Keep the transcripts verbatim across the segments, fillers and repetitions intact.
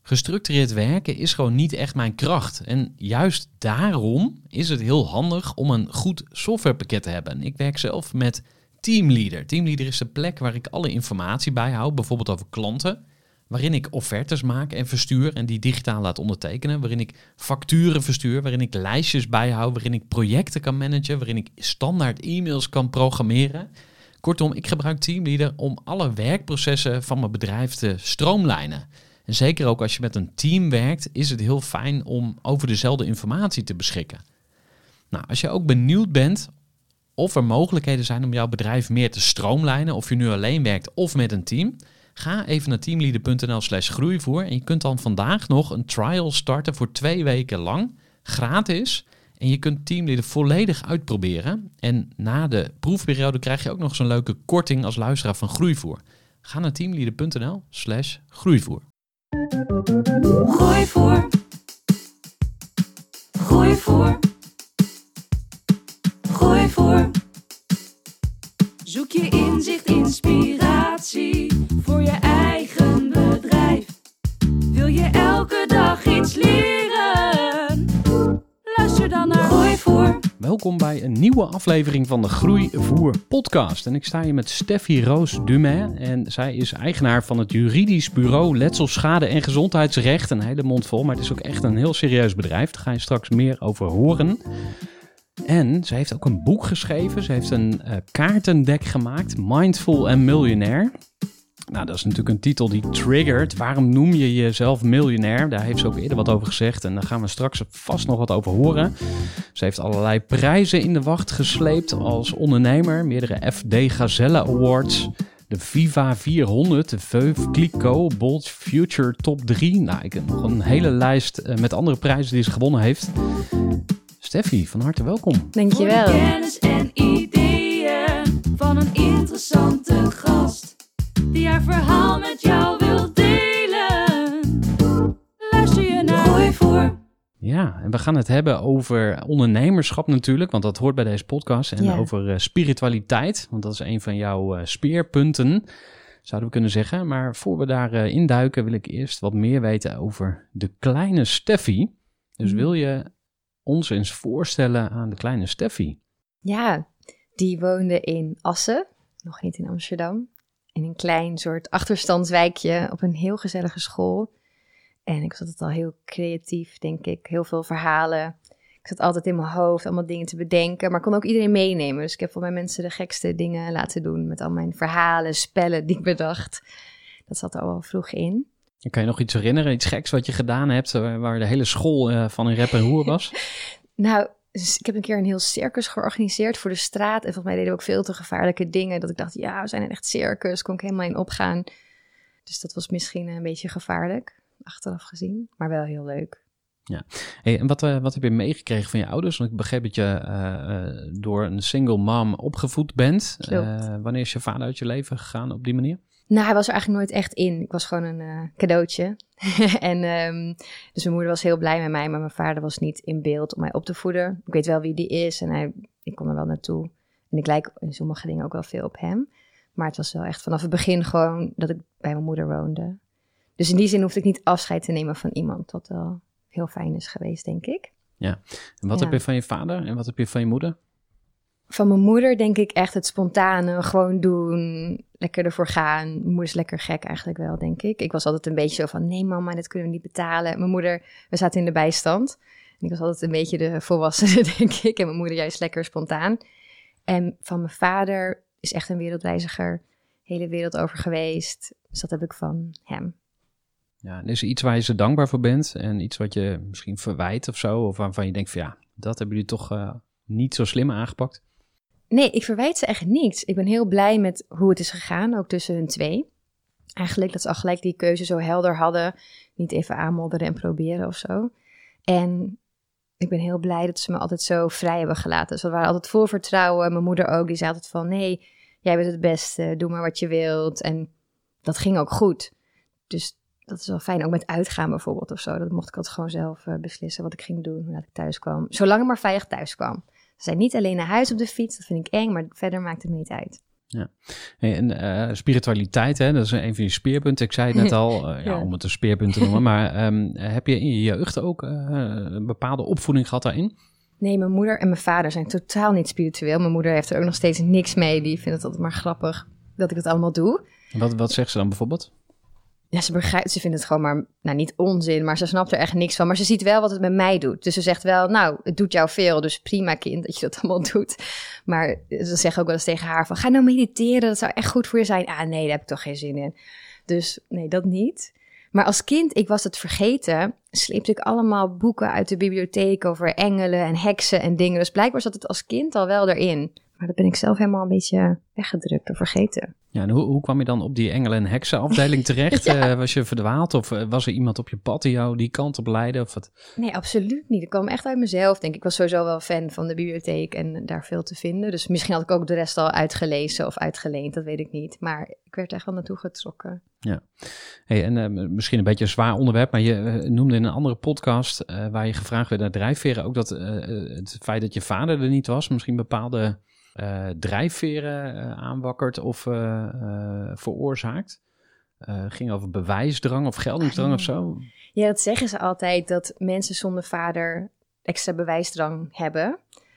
Gestructureerd werken is gewoon niet echt mijn kracht. En juist daarom is het heel handig om een goed softwarepakket te hebben. Ik werk zelf met Teamleader. Teamleader is de plek waar ik alle informatie bijhoud, bijvoorbeeld over klanten, waarin ik offertes maak en verstuur en die digitaal laat ondertekenen, waarin ik facturen verstuur, waarin ik lijstjes bijhoud, waarin ik projecten kan managen, waarin ik standaard e-mails kan programmeren. Kortom, ik gebruik Teamleader om alle werkprocessen van mijn bedrijf te stroomlijnen. En zeker ook als je met een team werkt, is het heel fijn om over dezelfde informatie te beschikken. Nou, als je ook benieuwd bent of er mogelijkheden zijn om jouw bedrijf meer te stroomlijnen, of je nu alleen werkt of met een team, ga even naar teamleader.nl slash groeivoer en je kunt dan vandaag nog een trial starten voor twee weken lang, gratis. En je kunt Teamleader volledig uitproberen. En na de proefperiode krijg je ook nog zo'n leuke korting als luisteraar van Groeivoer. Ga naar teamleader.nl slash groeivoer. Groeivoer. Groeivoer. Groeivoer. Zoek je inzicht, inspiratie voor je eigen bedrijf. Wil je elke dag iets leren? Luister dan naar Groeivoer. Welkom bij een nieuwe aflevering van de Groeivoer podcast. En ik sta hier met Steffi Roos Dumais. En zij is eigenaar van het juridisch bureau Letsel, Schade en Gezondheidsrecht. Een hele mond vol, maar het is ook echt een heel serieus bedrijf. Daar ga je straks meer over horen. En ze heeft ook een boek geschreven. Ze heeft een uh, kaartendek gemaakt, Mindful en Millionaire. Nou, dat is natuurlijk een titel die triggert. Waarom noem je jezelf miljonair? Daar heeft ze ook eerder wat over gezegd en daar gaan we straks vast nog wat over horen. Ze heeft allerlei prijzen in de wacht gesleept als ondernemer. Meerdere F D Gazelle Awards, de Viva vierhonderd, de Veuve Clicquot Bold Future Top drie. Nou, ik heb nog een hele lijst met andere prijzen die ze gewonnen heeft. Steffi, van harte welkom. Dankjewel. Voor kennis en ideeën van een interessante gast die haar verhaal met jou wil delen. Luister je naar Groeivoer. Ja, en we gaan het hebben over ondernemerschap natuurlijk, want dat hoort bij deze podcast. En ja. over uh, spiritualiteit, want dat is een van jouw uh, speerpunten, zouden we kunnen zeggen. Maar voor we daar uh, induiken wil ik eerst wat meer weten over de kleine Steffi. Dus wil je ons eens voorstellen aan de kleine Steffi? Ja, die woonde in Assen, nog niet in Amsterdam. In een klein soort achterstandswijkje op een heel gezellige school. En ik was altijd al heel creatief, denk ik. Heel veel verhalen. Ik zat altijd in mijn hoofd allemaal dingen te bedenken. Maar kon ook iedereen meenemen. Dus ik heb voor mijn mensen de gekste dingen laten doen. Met al mijn verhalen, spellen die ik bedacht. Dat zat er al wel vroeg in. Kan je nog iets herinneren? Iets geks wat je gedaan hebt waar de hele school uh, van in rep en roer was? Nou, dus ik heb een keer een heel circus georganiseerd voor de straat. En volgens mij deden we ook veel te gevaarlijke dingen. Dat ik dacht, ja, we zijn een echt circus. Kon ik helemaal in opgaan. Dus dat was misschien een beetje gevaarlijk, achteraf gezien. Maar wel heel leuk. Ja. Hey, en wat, uh, wat heb je meegekregen van je ouders? Want ik begreep dat je uh, uh, door een single mom opgevoed bent. Uh, wanneer is je vader uit je leven gegaan op die manier? Nou, hij was er eigenlijk nooit echt in. Ik was gewoon een uh, cadeautje. en um, dus mijn moeder was heel blij met mij, maar mijn vader was niet in beeld om mij op te voeden. Ik weet wel wie die is en hij, ik kon er wel naartoe. En ik lijk in sommige dingen ook wel veel op hem. Maar het was wel echt vanaf het begin gewoon dat ik bij mijn moeder woonde. Dus in die zin hoefde ik niet afscheid te nemen van iemand. Wat wel heel fijn is geweest, denk ik. Ja, en wat ja. heb je van je vader en wat heb je van je moeder? Van mijn moeder denk ik echt het spontane, gewoon doen, lekker ervoor gaan. Mijn moeder is lekker gek eigenlijk wel, denk ik. Ik was altijd een beetje zo van, nee mama, dit kunnen we niet betalen. Mijn moeder, we zaten in de bijstand. En ik was altijd een beetje de volwassene, denk ik. En mijn moeder juist lekker spontaan. En van mijn vader is echt een wereldreiziger, hele wereld over geweest. Dus dat heb ik van hem. Ja, en is er iets waar je zo dankbaar voor bent? En iets wat je misschien verwijt of zo? Of waarvan je denkt van ja, dat hebben jullie toch uh, niet zo slim aangepakt? Nee, ik verwijt ze echt niets. Ik ben heel blij met hoe het is gegaan, ook tussen hun twee. Eigenlijk dat ze al gelijk die keuze zo helder hadden. Niet even aanmodderen en proberen of zo. En ik ben heel blij dat ze me altijd zo vrij hebben gelaten. Dus we waren altijd vol vertrouwen. Mijn moeder ook, die zei altijd van nee, jij bent het beste, doe maar wat je wilt. En dat ging ook goed. Dus dat is wel fijn, ook met uitgaan bijvoorbeeld of zo. Dat mocht ik altijd gewoon zelf uh, beslissen wat ik ging doen, hoe laat ik thuis kwam. Zolang ik maar veilig thuis kwam. Ze zijn niet alleen naar huis op de fiets, dat vind ik eng, maar verder maakt het me niet uit. Ja. Hey, en uh, spiritualiteit, hè, dat is een van je speerpunten. Ik zei het net al, uh, ja, Ja. om het een speerpunt te noemen. Maar um, heb je in je jeugd ook uh, een bepaalde opvoeding gehad daarin? Nee, mijn moeder en mijn vader zijn totaal niet spiritueel. Mijn moeder heeft er ook nog steeds niks mee. Die vindt het altijd maar grappig dat ik het allemaal doe. Wat, wat zegt ze dan bijvoorbeeld? Ja, ze begrijpt, ze vindt het gewoon maar, nou niet onzin, maar ze snapt er echt niks van. Maar ze ziet wel wat het met mij doet. Dus ze zegt wel, nou, het doet jou veel, dus prima kind dat je dat allemaal doet. Maar ze zegt ook wel eens tegen haar van, ga nou mediteren, dat zou echt goed voor je zijn. Ah nee, daar heb ik toch geen zin in. Dus nee, dat niet. Maar als kind, ik was het vergeten, sleepte ik allemaal boeken uit de bibliotheek over engelen en heksen en dingen. Dus blijkbaar zat het als kind al wel erin. Maar dat ben ik zelf helemaal een beetje weggedrukt of vergeten. Ja, en hoe, hoe kwam je dan op die engelen- en heksenafdeling terecht? Ja. Uh, was je verdwaald of uh, was er iemand op je pad die jou die kant op leidde? Of wat? Nee, absoluut niet. Dat kwam echt uit mezelf, denk ik. Ik was sowieso wel fan van de bibliotheek en daar veel te vinden. Dus misschien had ik ook de rest al uitgelezen of uitgeleend, dat weet ik niet. Maar ik werd echt wel naartoe getrokken. Ja, hey, en uh, misschien een beetje een zwaar onderwerp, maar je uh, noemde in een andere podcast uh, waar je gevraagd werd naar drijfveren ook dat uh, het feit dat je vader er niet was, misschien bepaalde uh, drijfveren uh, aanwakkert of uh, uh, veroorzaakt. Uh, ging over bewijsdrang of geldingsdrang of zo. Ja, dat zeggen ze altijd, dat mensen zonder vader extra bewijsdrang hebben.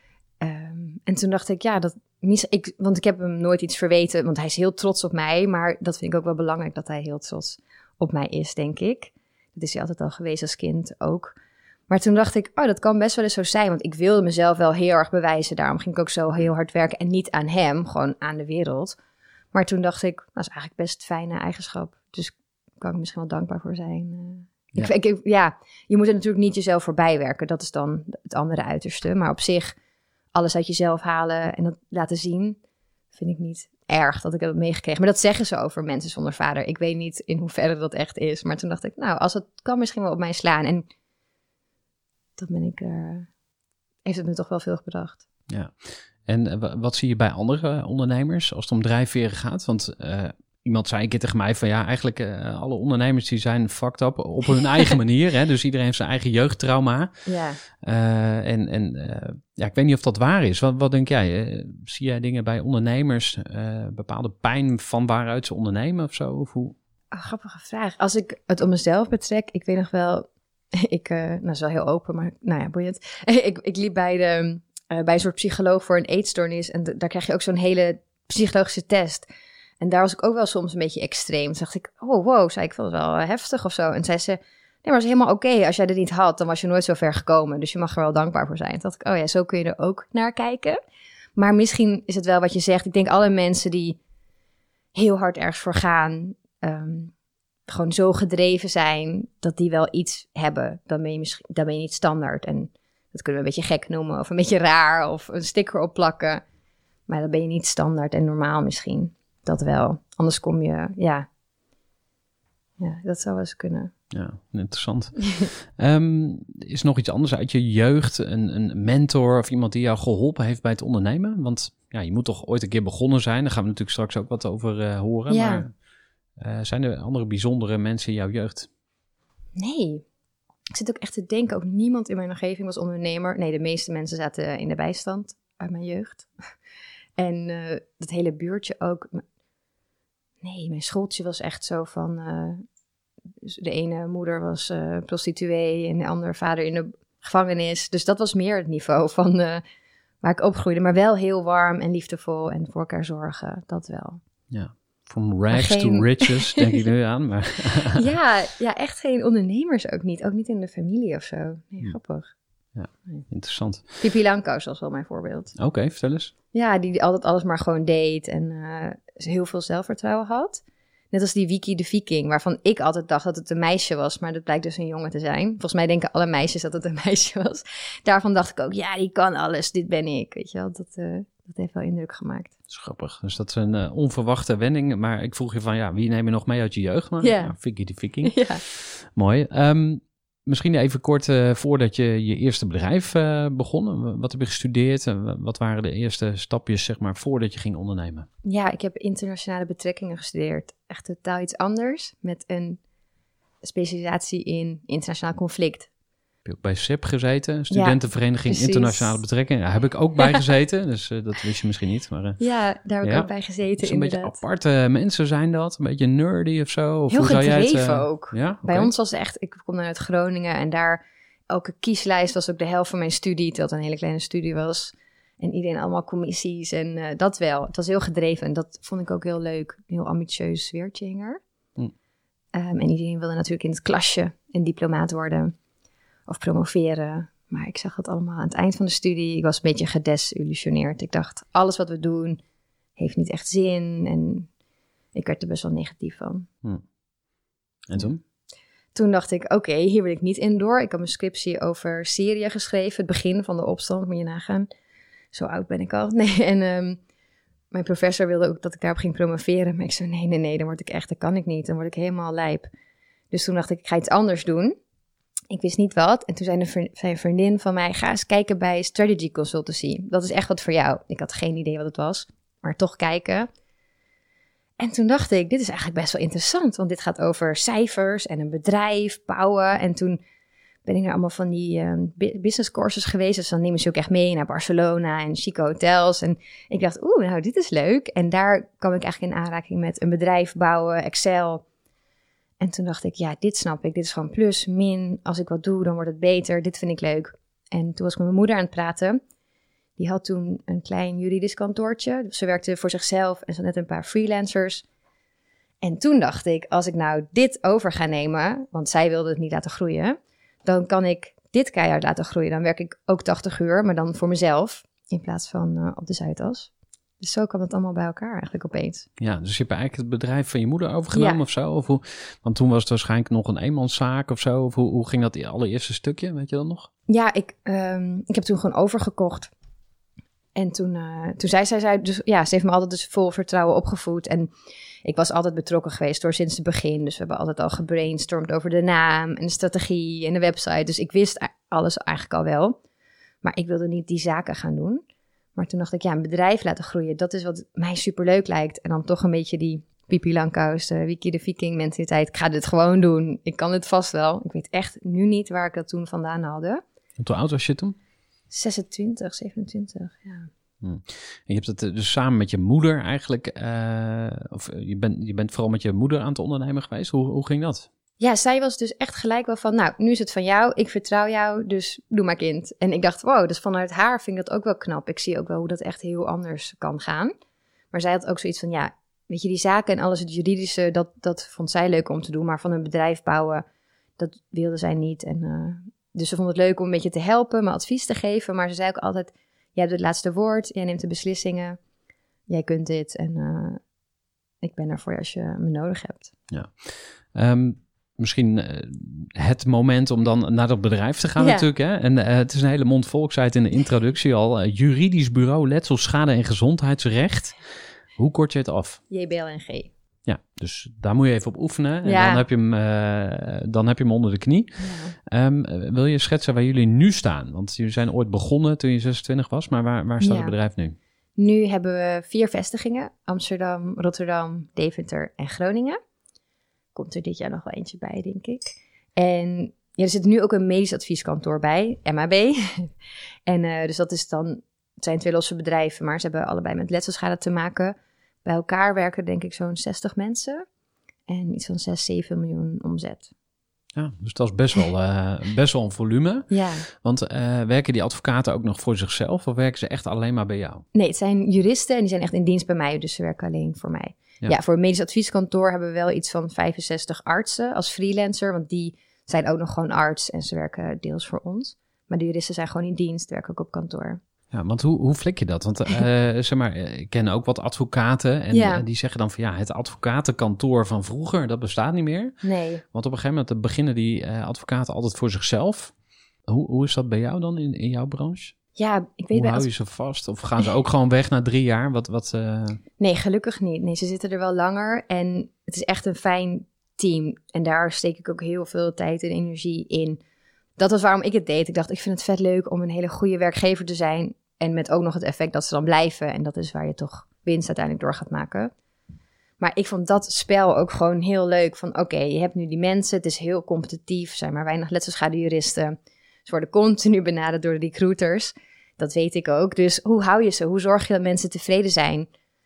Um, en toen dacht ik, ja, dat, ik, want ik heb hem nooit iets verweten, want hij is heel trots op mij. Maar dat vind ik ook wel belangrijk, dat hij heel trots op mij is, denk ik. Dat is hij altijd al geweest als kind ook. Maar toen dacht ik, oh, dat kan best wel eens zo zijn. Want ik wilde mezelf wel heel erg bewijzen. Daarom ging ik ook zo heel hard werken. En niet aan hem, gewoon aan de wereld. Maar toen dacht ik, dat is eigenlijk best een fijne eigenschap. Dus daar kan ik misschien wel dankbaar voor zijn. Uh, ja. Ik, ik, ja, je moet er natuurlijk niet jezelf voorbij werken. Dat is dan het andere uiterste. Maar op zich, alles uit jezelf halen en dat laten zien, vind ik niet erg dat ik dat heb meegekregen. Maar dat zeggen ze over mensen zonder vader. Ik weet niet in hoeverre dat echt is. Maar toen dacht ik, nou, als het kan misschien wel op mij slaan. En dat ben ik, uh, heeft het me toch wel veel gebracht. Ja, en uh, wat zie je bij andere ondernemers als het om drijfveren gaat? Want uh, iemand zei een keer tegen mij van ja, eigenlijk uh, alle ondernemers die zijn fucked up op hun eigen manier. Hè? Dus iedereen heeft zijn eigen jeugdtrauma. Ja. Uh, en en uh, ja, ik weet niet of dat waar is. Wat, wat denk jij? Uh, zie jij dingen bij ondernemers, uh, bepaalde pijn van waaruit ze ondernemen of zo? Of hoe? Oh, grappige vraag. Als ik het op mezelf betrek, ik weet nog wel, ik, uh, nou, dat is wel heel open, maar nou ja, boeiend. ik, ik liep bij, de, uh, bij een soort psycholoog voor een eetstoornis en d- daar krijg je ook zo'n hele psychologische test. En daar was ik ook wel soms een beetje extreem. Toen dacht ik, oh wow, zei ik, vond het wel heftig of zo. En zei ze, nee, maar het is helemaal oké. Okay. Als jij dit niet had, dan was je nooit zo ver gekomen. Dus je mag er wel dankbaar voor zijn. Toen dacht ik, oh ja, zo kun je er ook naar kijken. Maar misschien is het wel wat je zegt. Ik denk alle mensen die heel hard ergens voor gaan, um, gewoon zo gedreven zijn, dat die wel iets hebben. Dan ben je, misschien, dan ben je niet standaard. En dat kunnen we een beetje gek noemen of een beetje raar of een sticker opplakken. Maar dan ben je niet standaard en normaal misschien. Dat wel. Anders kom je, ja. Ja, dat zou wel eens kunnen. Ja, interessant. um, is nog iets anders uit je jeugd? Een, een mentor of iemand die jou geholpen heeft bij het ondernemen? Want ja, je moet toch ooit een keer begonnen zijn. Daar gaan we natuurlijk straks ook wat over uh, horen. Ja. Maar uh, zijn er andere bijzondere mensen in jouw jeugd? Nee. Ik zit ook echt te denken, ook niemand in mijn omgeving was ondernemer. Nee, de meeste mensen zaten in de bijstand uit mijn jeugd. En uh, dat hele buurtje ook. Nee, mijn schooltje was echt zo van, Uh, de ene moeder was uh, prostituee en de andere vader in de gevangenis. Dus dat was meer het niveau van uh, waar ik opgroeide. Maar wel heel warm en liefdevol en voor elkaar zorgen. Dat wel. Ja, from rags geen... to riches, denk ik nu aan. Maar ja, ja, echt geen ondernemers ook niet. Ook niet in de familie of zo. Nee, grappig. Ja, interessant. Pippi Langkous was wel mijn voorbeeld. Oké, okay, vertel eens. Ja, die, die altijd alles maar gewoon deed en uh, heel veel zelfvertrouwen had. Net als die Wiki de Viking, waarvan ik altijd dacht dat het een meisje was, maar dat blijkt dus een jongen te zijn. Volgens mij denken alle meisjes dat het een meisje was. Daarvan dacht ik ook, ja, die kan alles, dit ben ik. Weet je wel, dat, uh, dat heeft wel indruk gemaakt. Dat is grappig. Dus dat is een uh, onverwachte wending. Maar ik vroeg je van, ja, wie neem je nog mee uit je jeugd? Maar, ja. ja, Vicky de Viking. Ja. Mooi. Um, misschien even kort uh, voordat je je eerste bedrijf uh, begon. Wat heb je gestudeerd? En wat waren de eerste stapjes, zeg maar, voordat je ging ondernemen? Ja, ik heb internationale betrekkingen gestudeerd. Echt totaal iets anders. Met een specialisatie in internationaal conflict. Heb je ook bij S I P gezeten? Studentenvereniging precies. Internationale Betrekkingen. Daar heb ik ook bij gezeten, dus uh, dat wist je misschien niet. Maar, uh, Ja, daar heb ik ja. ook bij gezeten, dus een inderdaad. beetje aparte mensen zijn dat? Een beetje nerdy of zo? Of Heel hoe zou jij het, gedreven uh, ook. Ja? Bij Oké. ons was het echt, ik kom dan uit Groningen en daar, elke kieslijst was ook de helft van mijn studie, terwijl het een hele kleine studie was. En iedereen allemaal commissies en uh, dat wel. Het was heel gedreven en dat vond ik ook heel leuk. Een heel ambitieus sfeertje hing er. Hm. Um, en iedereen wilde natuurlijk in het klasje een diplomaat worden of promoveren. Maar ik zag het allemaal aan het eind van de studie. Ik was een beetje gedesillusioneerd. Ik dacht, alles wat we doen heeft niet echt zin. En ik werd er best wel negatief van. Hm. En toen? Toen dacht ik, oké, okay, hier wil ik niet in door. Ik had mijn scriptie over Syrië geschreven. Het begin van de opstand, moet je nagaan. Zo oud ben ik al. Nee, en um, mijn professor wilde ook dat ik daarop ging promoveren. Maar ik zei, nee, nee, nee, dan word ik echt, dat kan ik niet. Dan word ik helemaal lijp. Dus toen dacht ik, ik ga iets anders doen. Ik wist niet wat. En toen zei een, vri- zei een vriendin van mij, ga eens kijken bij Strategy Consultancy. Dat is echt wat voor jou. Ik had geen idee wat het was, maar toch kijken. En toen dacht ik, dit is eigenlijk best wel interessant. Want dit gaat over cijfers en een bedrijf bouwen. En toen ben ik naar allemaal van die um, business courses geweest. Dus dan nemen ze ook echt mee naar Barcelona en chique hotels. En ik dacht, oeh, nou, dit is leuk. En daar kwam ik eigenlijk in aanraking met een bedrijf bouwen, Excel. En toen dacht ik, ja, dit snap ik. Dit is gewoon plus, min. Als ik wat doe, dan wordt het beter. Dit vind ik leuk. En toen was ik met mijn moeder aan het praten. Die had toen een klein juridisch kantoortje. Dus ze werkte voor zichzelf en ze had net een paar freelancers. En toen dacht ik, als ik nou dit over ga nemen, want zij wilde het niet laten groeien, dan kan ik dit keihard laten groeien. Dan werk ik ook tachtig uur, maar dan voor mezelf, in plaats van uh, op de Zuidas. Dus zo kwam het allemaal bij elkaar eigenlijk opeens. Ja, dus je hebt eigenlijk het bedrijf van je moeder overgenomen Ja. of zo? Of hoe, want toen was het waarschijnlijk nog een eenmanszaak of zo. Of hoe, hoe ging dat allereerste stukje, weet je dat nog? Ja, ik, um, ik heb toen gewoon overgekocht. En toen, uh, toen zei zij, zei dus, ja, ze heeft me altijd dus vol vertrouwen opgevoed. En ik was altijd betrokken geweest door sinds het begin. Dus we hebben altijd al gebrainstormd over de naam en de strategie en de website. Dus ik wist alles eigenlijk al wel. Maar ik wilde niet die zaken gaan doen. Maar toen dacht ik, ja, een bedrijf laten groeien, dat is wat mij superleuk lijkt. En dan toch een beetje die Pipi Langkous, de Wiki de Viking mentaliteit. Ik ga dit gewoon doen. Ik kan het vast wel. Ik weet echt nu niet waar ik dat toen vandaan haalde. En hoe oud was je toen? zesentwintig, zevenentwintig, ja. Hmm. En je hebt het dus samen met je moeder eigenlijk, uh, of je bent, je bent vooral met je moeder aan het ondernemen geweest. Hoe, hoe ging dat? Ja, zij was dus echt gelijk wel van, nou, nu is het van jou, ik vertrouw jou, dus doe maar kind. En ik dacht, wow, dus vanuit haar vind ik dat ook wel knap. Ik zie ook wel hoe dat echt heel anders kan gaan. Maar zij had ook zoiets van, ja, weet je, die zaken en alles, het juridische, dat, dat vond zij leuk om te doen. Maar van een bedrijf bouwen, dat wilde zij niet. En uh, dus ze vond het leuk om een beetje te helpen, me advies te geven. Maar ze zei ook altijd, jij hebt het laatste woord, jij neemt de beslissingen, jij kunt dit. En uh, ik ben er voor je als je me nodig hebt. Ja. Um, misschien uh, het moment om dan naar dat bedrijf te gaan ja. natuurlijk. Hè? En uh, het is een hele mond vol, ik zei het in de introductie al. Uh, juridisch bureau, letsel, schade en gezondheidsrecht. Hoe kort je het af? J B L N G. Ja, dus daar moet je even op oefenen. En ja. dan, heb je hem, uh, dan heb je hem onder de knie. Ja. Um, wil je schetsen waar jullie nu staan? Want jullie zijn ooit begonnen toen je zesentwintig was. Maar waar, waar staat ja. het bedrijf nu? Nu hebben we vier vestigingen. Amsterdam, Rotterdam, Deventer en Groningen. Komt er dit jaar nog wel eentje bij, denk ik. En ja, er zit nu ook een medisch advieskantoor bij, M A B. en uh, dus dat is dan, het zijn twee losse bedrijven, maar ze hebben allebei met letselschade te maken. Bij elkaar werken denk ik zo'n zestig mensen en iets van zes, zeven miljoen omzet. Ja, dus dat is best wel, uh, best wel een volume. Ja. Want uh, werken die advocaten ook nog voor zichzelf of werken ze echt alleen maar bij jou? Nee, het zijn juristen en die zijn echt in dienst bij mij, dus ze werken alleen voor mij. Ja, ja voor een medisch advieskantoor hebben we wel iets van vijfenzestig artsen als freelancer, want die zijn ook nog gewoon arts en ze werken deels voor ons. Maar de juristen zijn gewoon in dienst, werken ook op kantoor. Ja, want hoe, hoe flik je dat? Want uh, zeg maar, ik ken ook wat advocaten en ja. uh, die zeggen dan van ja, het advocatenkantoor van vroeger, dat bestaat niet meer. Nee. Want op een gegeven moment beginnen die uh, advocaten altijd voor zichzelf. Hoe, hoe is dat bij jou dan in, in jouw branche? Ja, ik weet Hoe hou je ze vast? Of gaan ze ook gewoon weg na drie jaar? Wat, wat, uh... Nee, gelukkig niet. Nee, ze zitten er wel langer en het is echt een fijn team. En daar steek ik ook heel veel tijd en energie in. Dat was waarom ik het deed. Ik dacht, ik vind het vet leuk om een hele goede werkgever te zijn. En met ook nog het effect dat ze dan blijven. En dat is waar je toch winst uiteindelijk door gaat maken. Maar ik vond dat spel ook gewoon heel leuk. Van oké, okay, je hebt nu die mensen. Het is heel competitief. Er zijn maar weinig letselschadejuristen. Ze worden continu benaderd door de recruiters. Dat weet ik ook. Dus hoe hou je ze? Hoe zorg je dat mensen tevreden zijn?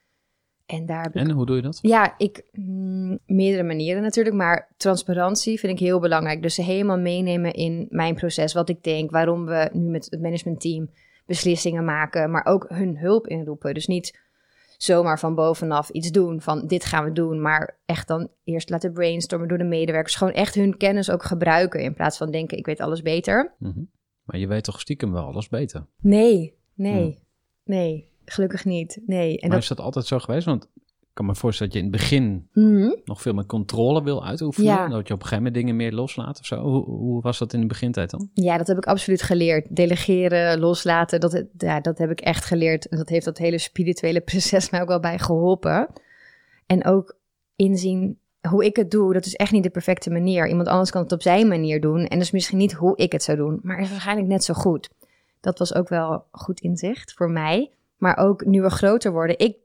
En, daar heb ik... en hoe doe je dat? Ja, ik, mm, meerdere manieren natuurlijk, maar transparantie vind ik heel belangrijk. Dus ze helemaal meenemen in mijn proces, wat ik denk, waarom we nu met het managementteam beslissingen maken, maar ook hun hulp inroepen. Dus niet zomaar van bovenaf iets doen, van dit gaan we doen, maar echt dan eerst laten brainstormen door de medewerkers. Gewoon echt hun kennis ook gebruiken, in plaats van denken, ik weet alles beter. Mm-hmm. Maar je weet toch stiekem wel alles beter? Nee, nee, Hmm. nee. Gelukkig niet, nee. En maar dat... is dat altijd zo geweest? Want ik kan me voorstellen dat je in het begin Mhm. nog veel meer controle wil uitoefenen. Ja. Dat je op een gegeven moment dingen meer loslaat of zo. Hoe, hoe was dat in de begintijd dan? Ja, dat heb ik absoluut geleerd. Delegeren, loslaten, dat, ja, dat heb ik echt geleerd. En dat heeft dat hele spirituele proces mij ook wel bij geholpen. En ook inzien hoe ik het doe, dat is echt niet de perfecte manier. Iemand anders kan het op zijn manier doen. En dat is misschien niet hoe ik het zou doen, maar is waarschijnlijk net zo goed. Dat was ook wel goed inzicht voor mij. Maar ook nu we groter worden. Ik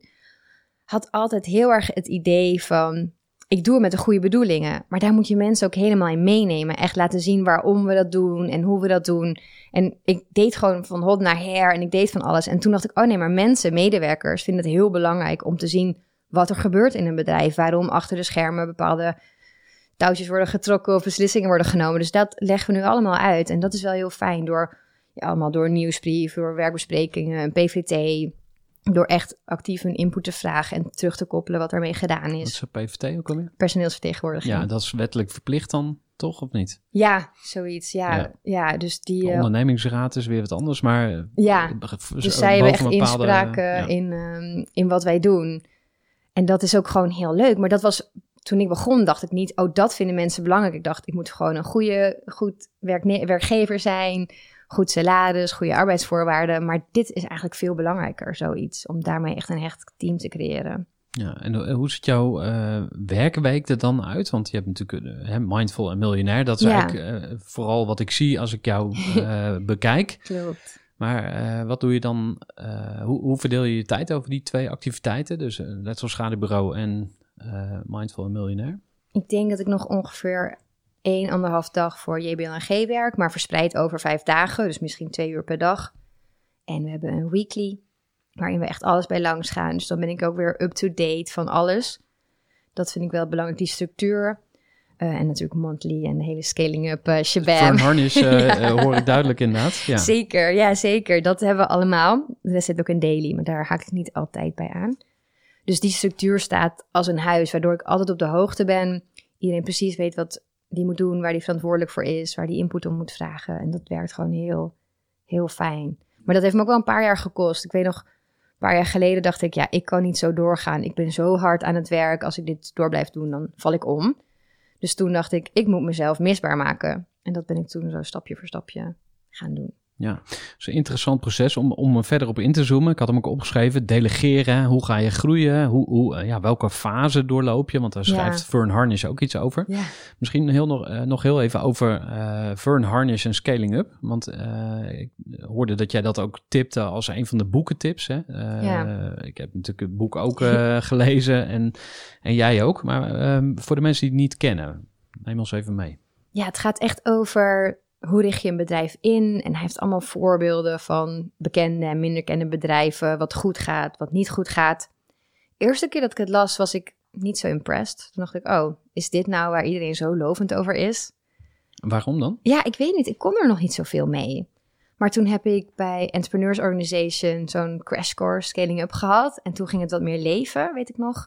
had altijd heel erg het idee van, ik doe het met de goede bedoelingen. Maar daar moet je mensen ook helemaal in meenemen. Echt laten zien waarom we dat doen en hoe we dat doen. En ik deed gewoon van hot naar her en ik deed van alles. En toen dacht ik, oh nee, maar mensen, medewerkers vinden het heel belangrijk om te zien wat er gebeurt in een bedrijf. Waarom achter de schermen bepaalde touwtjes worden getrokken of beslissingen worden genomen. Dus dat leggen we nu allemaal uit. En dat is wel heel fijn door, ja, allemaal door nieuwsbrief, door werkbesprekingen, een P V T, door echt actief hun input te vragen en terug te koppelen wat ermee gedaan Wat is. is een P V T ook alweer? Personeelsvertegenwoordiging. Ja, dat is wettelijk verplicht dan, toch? Of niet? Ja, zoiets. Ja, ja. Ja. dus die. De uh, ondernemingsraad is weer wat anders, maar... uh, Ja, b- v- dus z- zij hebben boven echt een bepaalde, inspraak uh, ja. in, um, in wat wij doen. En dat is ook gewoon heel leuk. Maar dat was, toen ik begon, dacht ik niet, oh, dat vinden mensen belangrijk. Ik dacht, ik moet gewoon een goede, goed werkne- werkgever zijn, goed salaris, goede arbeidsvoorwaarden. Maar dit is eigenlijk veel belangrijker, zoiets, om daarmee echt een hecht team te creëren. Ja, en uh, hoe ziet jouw uh, werkweek er dan uit? Want je hebt natuurlijk uh, hè, Mindful en Miljonair. Dat is Ja. eigenlijk uh, vooral wat ik zie als ik jou uh, bekijk. Klopt. Maar uh, wat doe je dan? Uh, hoe, hoe verdeel je je tijd over die twee activiteiten? Dus uh, Letselschadebureau en uh, Mindful en Miljonair. Ik denk dat ik nog ongeveer één, anderhalf dag voor J B L N G werk, maar verspreid over vijf dagen, dus misschien twee uur per dag. En we hebben een weekly, waarin we echt alles bij langs gaan. Dus dan ben ik ook weer up-to-date van alles. Dat vind ik wel belangrijk, die structuur. Uh, en natuurlijk monthly en de hele scaling-up uh, shabam. Fern Harnish uh, Ja. uh, hoor ik duidelijk inderdaad. Ja. Zeker, ja zeker. Dat hebben we allemaal. De rest zit ook in daily, maar daar haak ik niet altijd bij aan. Dus die structuur staat als een huis, waardoor ik altijd op de hoogte ben. Iedereen precies weet wat die moet doen, waar die verantwoordelijk voor is, waar die input om moet vragen. En dat werkt gewoon heel, heel fijn. Maar dat heeft me ook wel een paar jaar gekost. Ik weet nog, een paar jaar geleden dacht ik, ja, ik kan niet zo doorgaan. Ik ben zo hard aan het werk. Als ik dit door blijf doen, dan val ik om. Dus toen dacht ik, ik moet mezelf misbaar maken. En dat ben ik toen zo stapje voor stapje gaan doen. Ja, dat is een interessant proces om, om er verder op in te zoomen. Ik had hem ook opgeschreven, delegeren, hoe ga je groeien, hoe, hoe, ja, welke fase doorloop je, want daar schrijft Ja. Fern Harnish ook iets over. Ja. Misschien heel nog, uh, nog heel even over uh, Fern Harnish en Scaling Up, want uh, ik hoorde dat jij dat ook tipte als een van de boekentips. Hè? Uh, Ja. Ik heb natuurlijk het boek ook uh, gelezen en, en jij ook, maar uh, voor de mensen die het niet kennen, neem ons even mee. Ja, het gaat echt over hoe richt je een bedrijf in. En hij heeft allemaal voorbeelden van bekende en minder bekende bedrijven. Wat goed gaat, wat niet goed gaat. De eerste keer dat ik het las, was ik niet zo impressed. Toen dacht ik, oh, is dit nou waar iedereen zo lovend over is? Waarom dan? Ja, ik weet niet. Ik kon er nog niet zoveel mee. Maar toen heb ik bij Entrepreneurs Organization zo'n crash course Scaling Up gehad. En toen ging het wat meer leven, weet ik nog.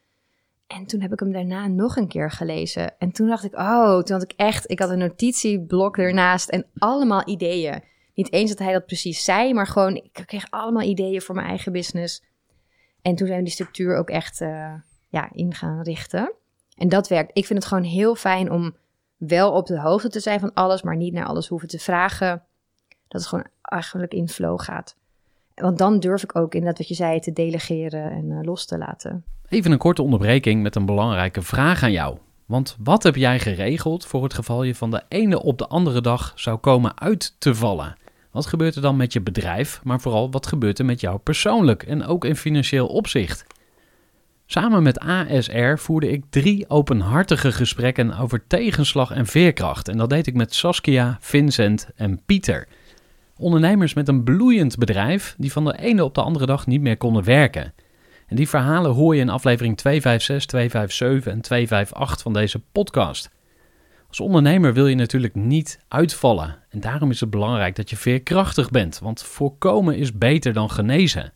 En toen heb ik hem daarna nog een keer gelezen. En toen dacht ik, oh, toen had ik echt... Ik had een notitieblok ernaast en allemaal ideeën. Niet eens dat hij dat precies zei, maar gewoon... Ik kreeg allemaal ideeën voor mijn eigen business. En toen zijn we die structuur ook echt uh, ja, in gaan richten. En dat werkt. Ik vind het gewoon heel fijn om wel op de hoogte te zijn van alles... maar niet naar alles hoeven te vragen. Dat het gewoon eigenlijk in flow gaat. Want dan durf ik ook inderdaad wat je zei te delegeren en uh, los te laten. Even een korte onderbreking met een belangrijke vraag aan jou. Want wat heb jij geregeld voor het geval je van de ene op de andere dag zou komen uit te vallen? Wat gebeurt er dan met je bedrijf, maar vooral wat gebeurt er met jou persoonlijk en ook in financieel opzicht? Samen met A S R voerde ik drie openhartige gesprekken over tegenslag en veerkracht. En dat deed ik met Saskia, Vincent en Pieter. Ondernemers met een bloeiend bedrijf die van de ene op de andere dag niet meer konden werken. En die verhalen hoor je in aflevering tweehonderdvijfenzestig, tweehonderdzevenenvijftig en tweehonderdachtenvijftig van deze podcast. Als ondernemer wil je natuurlijk niet uitvallen. En daarom is het belangrijk dat je veerkrachtig bent, want voorkomen is beter dan genezen.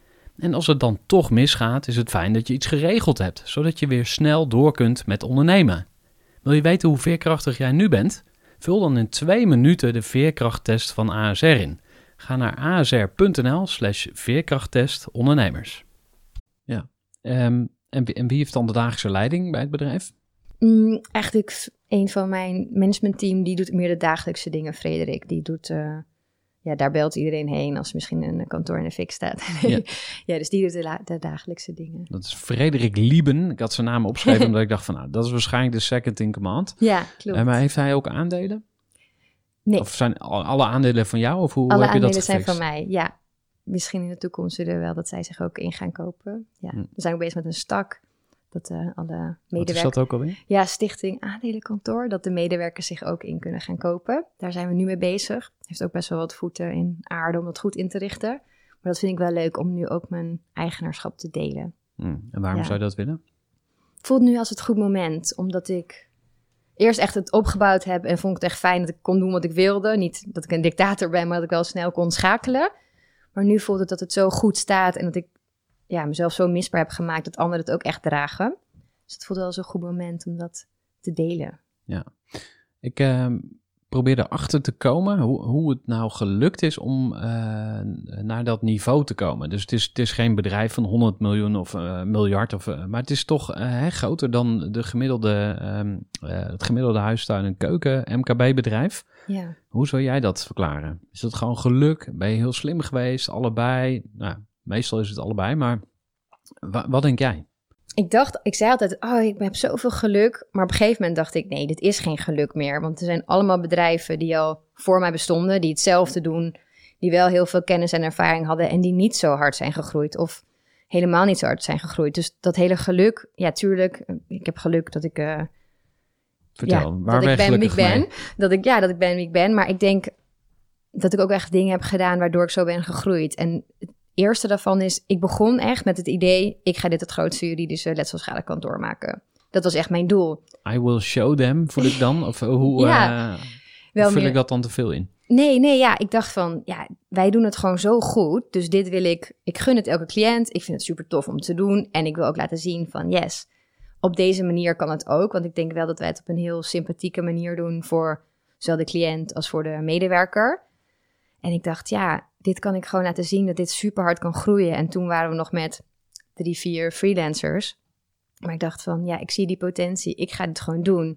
En als het dan toch misgaat, is het fijn dat je iets geregeld hebt, zodat je weer snel door kunt met ondernemen. Wil je weten hoe veerkrachtig jij nu bent? Vul dan in twee minuten de veerkrachttest van A S R in. Ga naar asr.nl slash veerkrachttest ondernemers. Ja, um, en, en wie heeft dan de dagelijkse leiding bij het bedrijf? Mm, eigenlijk een van mijn managementteam, die doet meer de dagelijkse dingen. Frederik, die doet... Uh... Ja, daar belt iedereen heen als misschien een kantoor in de fik staat. Ja, ja dus die doet de, la- de dagelijkse dingen. Dat is Frederik Lieben. Ik had zijn naam opgeschreven omdat ik dacht van, nou, dat is waarschijnlijk de second in command. Ja, klopt. Uh, maar heeft hij ook aandelen? Nee. Of zijn alle aandelen van jou? Of hoe alle heb je dat aandelen gefixt? zijn van mij, ja. Misschien in de toekomst zullen we wel dat zij zich ook in gaan kopen. Ja. Hm. We zijn ook bezig met een stak. Dat uh, alle medewerkers... Wat is dat ook alweer? Ja, Stichting Aandelenkantoor. Dat de medewerkers zich ook in kunnen gaan kopen. Daar zijn we nu mee bezig. Heeft ook best wel wat voeten in aarde om dat goed in te richten. Maar dat vind ik wel leuk om nu ook mijn eigenaarschap te delen. Hmm. En waarom ja. zou je dat willen? Voelt nu als het goed moment. Omdat ik eerst echt het opgebouwd heb en vond ik het echt fijn dat ik kon doen wat ik wilde. Niet dat ik een dictator ben, maar dat ik wel snel kon schakelen. Maar nu voelt het dat het zo goed staat en dat ik ja, mezelf zo misbaar heb gemaakt dat anderen het ook echt dragen. Dus het voelt wel zo'n goed moment om dat te delen. Ja, ik uh, probeer erachter te komen hoe, hoe het nou gelukt is om uh, naar dat niveau te komen. Dus het is, het is geen bedrijf van honderd miljoen of uh, miljard, of, uh, maar het is toch uh, hè, groter dan de gemiddelde, um, uh, het gemiddelde huistuin- en keuken M K B-bedrijf. Ja. Hoe zou jij dat verklaren? Is dat gewoon geluk? Ben je heel slim geweest? Allebei? Nou, meestal is het allebei, maar wa- wat denk jij? Ik dacht, ik zei altijd, oh, ik heb zoveel geluk. Maar op een gegeven moment dacht ik, nee, dit is geen geluk meer. Want er zijn allemaal bedrijven die al voor mij bestonden, die hetzelfde doen, die wel heel veel kennis en ervaring hadden en die niet zo hard zijn gegroeid of helemaal niet zo hard zijn gegroeid. Dus dat hele geluk, ja, tuurlijk, ik heb geluk dat ik, uh, Vertel, ja, waar dat ik ben wie ik ben. Mee? Dat ik, ja, dat ik ben wie ik ben. Maar ik denk dat ik ook echt dingen heb gedaan waardoor ik zo ben gegroeid. En het eerste daarvan is, ik begon echt met het idee, ik ga dit het grootste juridische letselschadekantoor maken. Dat was echt mijn doel. I will show them, voel ik dan? Of hoe ja, uh, wel vul meer... ik dat dan te veel in? Nee, nee, ja, ik dacht van, ja, wij doen het gewoon zo goed. Dus dit wil ik, ik gun het elke cliënt. Ik vind het super tof om te doen. En ik wil ook laten zien van, yes, op deze manier kan het ook. Want ik denk wel dat wij het op een heel sympathieke manier doen voor zowel de cliënt als voor de medewerker. En ik dacht, ja, dit kan ik gewoon laten zien dat dit super hard kan groeien. En toen waren we nog met drie, vier freelancers. Maar ik dacht van, ja, ik zie die potentie. Ik ga dit gewoon doen.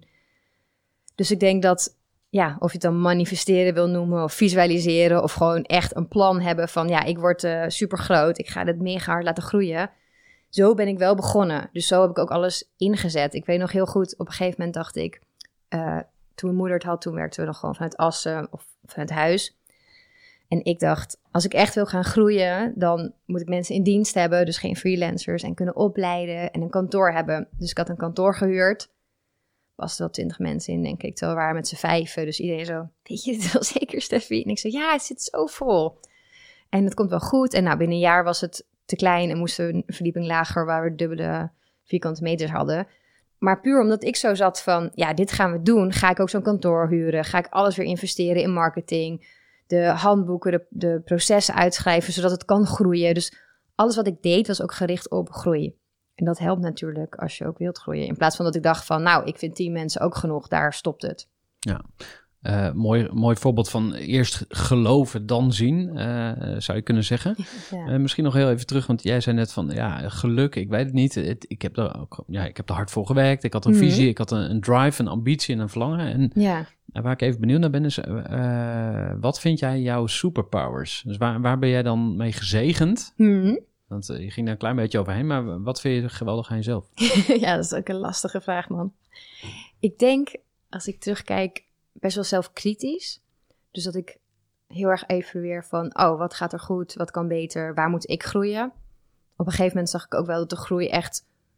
Dus ik denk dat, ja, of je het dan manifesteren wil noemen of visualiseren of gewoon echt een plan hebben van, ja, ik word uh, super groot. Ik ga dit mega hard laten groeien. Zo ben ik wel begonnen. Dus zo heb ik ook alles ingezet. Ik weet nog heel goed, op een gegeven moment dacht ik, uh, toen mijn moeder het had, toen werkten we nog gewoon vanuit Assen of vanuit huis. En ik dacht, als ik echt wil gaan groeien, dan moet ik mensen in dienst hebben, dus geen freelancers, en kunnen opleiden en een kantoor hebben. Dus ik had een kantoor gehuurd. Was er wel twintig mensen in, denk ik. Terwijl we waren met z'n vijven. Dus iedereen zo, weet je het wel zeker, Steffi? En ik zei, ja, het zit zo vol. En het komt wel goed. En nou, binnen een jaar was het te klein en moesten we een verdieping lager, waar we dubbele vierkante meters hadden. Maar puur omdat ik zo zat van, ja, dit gaan we doen. Ga ik ook zo'n kantoor huren? Ga ik alles weer investeren in marketing? De handboeken, de, de processen uitschrijven, zodat het kan groeien. Dus alles wat ik deed was ook gericht op groei. En dat helpt natuurlijk als je ook wilt groeien. In plaats van dat ik dacht van, nou, ik vind tien mensen ook genoeg, daar stopt het. Ja, uh, mooi, mooi voorbeeld van eerst geloven, dan zien, uh, zou je kunnen zeggen. Ja. Uh, misschien nog heel even terug, want jij zei net van, ja, geluk, ik weet het niet. Het, ik, heb er ook, ja, ik heb er hard voor gewerkt. Ik had een mm-hmm. visie, ik had een, een drive, een ambitie en een verlangen. En ja. waar ik even benieuwd naar ben is, uh, wat vind jij jouw superpowers? Dus waar, waar ben jij dan mee gezegend? Mm-hmm. Want uh, je ging daar een klein beetje overheen, maar wat vind je geweldig aan jezelf? Ja, dat is ook een lastige vraag, man. Ik denk, als ik terugkijk, best wel zelfkritisch. Dus dat ik heel erg evalueer van, oh, wat gaat er goed? Wat kan beter? Waar moet ik groeien? Op een gegeven moment zag ik ook wel dat de groei echt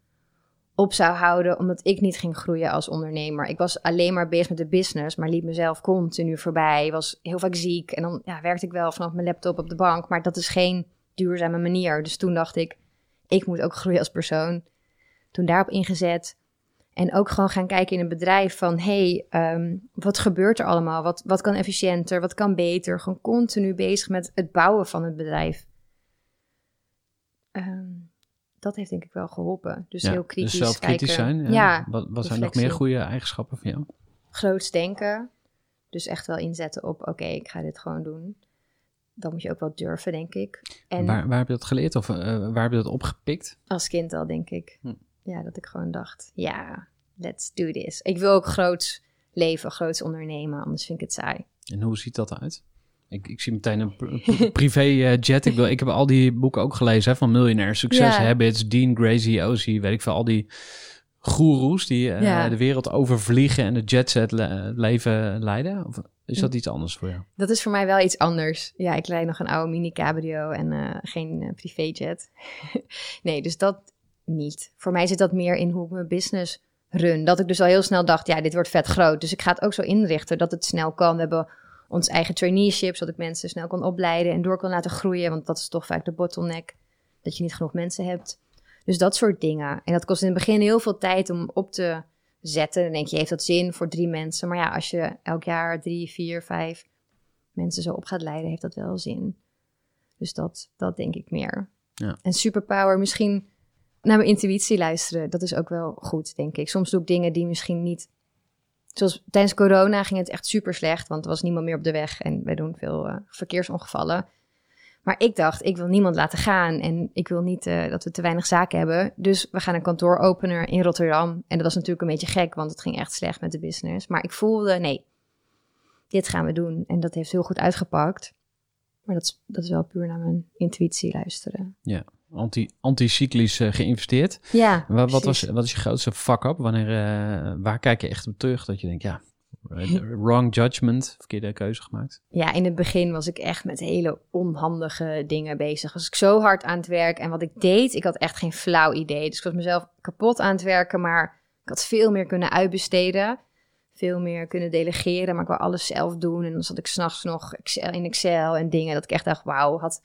op zou houden, omdat ik niet ging groeien als ondernemer. Ik was alleen maar bezig met de business, maar liep mezelf continu voorbij. Was heel vaak ziek en dan ja, werkte ik wel vanaf mijn laptop op de bank, maar dat is geen duurzame manier. Dus toen dacht ik, ik moet ook groeien als persoon. Toen daarop ingezet en ook gewoon gaan kijken in een bedrijf van, hey, um, wat gebeurt er allemaal? Wat, wat kan efficiënter? Wat kan beter? Gewoon continu bezig met het bouwen van het bedrijf. Um, Dat heeft denk ik wel geholpen. Dus ja, heel kritisch dus zelfkritisch kijken. zijn. Ja. Ja, wat wat zijn nog meer goede eigenschappen van jou? groots denken. Dus echt wel inzetten op, oké, okay, ik ga dit gewoon doen. Dan moet je ook wel durven, denk ik. En waar, waar heb je dat geleerd of uh, waar heb je dat opgepikt? Als kind al, denk ik. Hm. Ja, dat ik gewoon dacht, ja, let's do this. Ik wil ook groots leven, groots ondernemen, anders vind ik het saai. En hoe ziet dat eruit? Ik, ik zie meteen een pr- privé uh, jet. Ik, wil, ik heb al die boeken ook gelezen hè, van Miljonair Success Ja. Habits, Dean Gracie, Ozzy, weet ik veel. Al die goeroes die uh, Ja. de wereld overvliegen en de jetset le- leven leiden. Of is dat iets anders voor jou? Dat is voor mij wel iets anders. Ja, ik rijd nog een oude mini cabrio en uh, geen uh, privéjet. Nee, dus dat niet. Voor mij zit dat meer in hoe ik mijn business run. Dat ik dus al heel snel dacht, ja, dit wordt vet groot. Dus ik ga het ook zo inrichten dat het snel kan. We hebben ons eigen traineeship, zodat ik mensen snel kan opleiden en door kan laten groeien. Want dat is toch vaak de bottleneck, dat je niet genoeg mensen hebt. Dus dat soort dingen. En dat kost in het begin heel veel tijd om op te zetten. Dan denk je, heeft dat zin voor drie mensen? Maar ja, als je elk jaar drie, vier, vijf mensen zo op gaat leiden, heeft dat wel zin. Dus dat, dat denk ik meer. Ja. En superpower, misschien naar mijn intuïtie luisteren. Dat is ook wel goed, denk ik. Soms doe ik dingen die misschien niet... Zoals tijdens corona ging het echt super slecht, want er was niemand meer op de weg en wij doen veel uh, verkeersongevallen. Maar ik dacht, ik wil niemand laten gaan en ik wil niet uh, dat we te weinig zaken hebben. Dus we gaan een kantoor openen in Rotterdam. En dat was natuurlijk een beetje gek, want het ging echt slecht met de business. Maar ik voelde, nee, dit gaan we doen. En dat heeft heel goed uitgepakt. Maar dat is, dat is wel puur naar mijn intuïtie luisteren. Ja, anti, anticyclisch uh, geïnvesteerd. Ja, wat, wat, was, wat is je grootste fuck-up? Wanneer, uh, waar kijk je echt op terug dat je denkt, ja, wrong judgment, verkeerde keuze gemaakt? Ja, in het begin was ik echt met hele onhandige dingen bezig. Was ik zo hard aan het werk en wat ik deed, ik had echt geen flauw idee. Dus ik was mezelf kapot aan het werken, maar ik had veel meer kunnen uitbesteden. Veel meer kunnen delegeren, maar ik wou alles zelf doen. En dan zat ik 's nachts nog in Excel en dingen dat ik echt dacht, wauw, had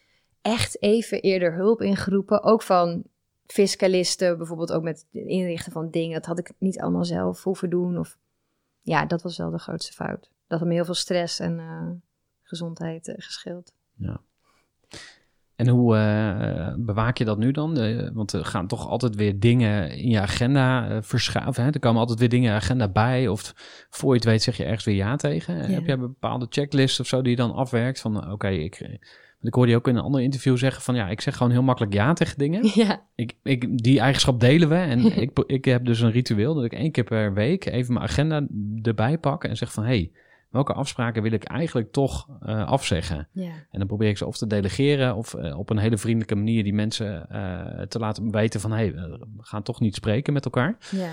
echt even eerder hulp ingeroepen. Ook van fiscalisten, bijvoorbeeld ook met het inrichten van dingen. Dat had ik niet allemaal zelf hoeven doen. Of ja, dat was wel de grootste fout. Dat had me heel veel stress en uh, gezondheid uh, gescheeld. Ja. En hoe uh, bewaak je dat nu dan? Uh, want er gaan toch altijd weer dingen in je agenda uh, verschuiven. Hè? Er komen altijd weer dingen in je agenda bij. Of voor je het weet zeg je ergens weer ja tegen. Ja. Heb jij een bepaalde checklist of zo die je dan afwerkt? Van oké, okay, ik... Ik hoorde je ook in een ander interview zeggen van ja, ik zeg gewoon heel makkelijk ja tegen dingen. Ja. Ik, ik, die eigenschap delen we. En ik, ik heb dus een ritueel dat ik één keer per week even mijn agenda erbij pak en zeg van hé, hey, welke afspraken wil ik eigenlijk toch uh, afzeggen? Ja. En dan probeer ik ze of te delegeren of uh, op een hele vriendelijke manier die mensen uh, te laten weten van hé, hey, we gaan toch niet spreken met elkaar.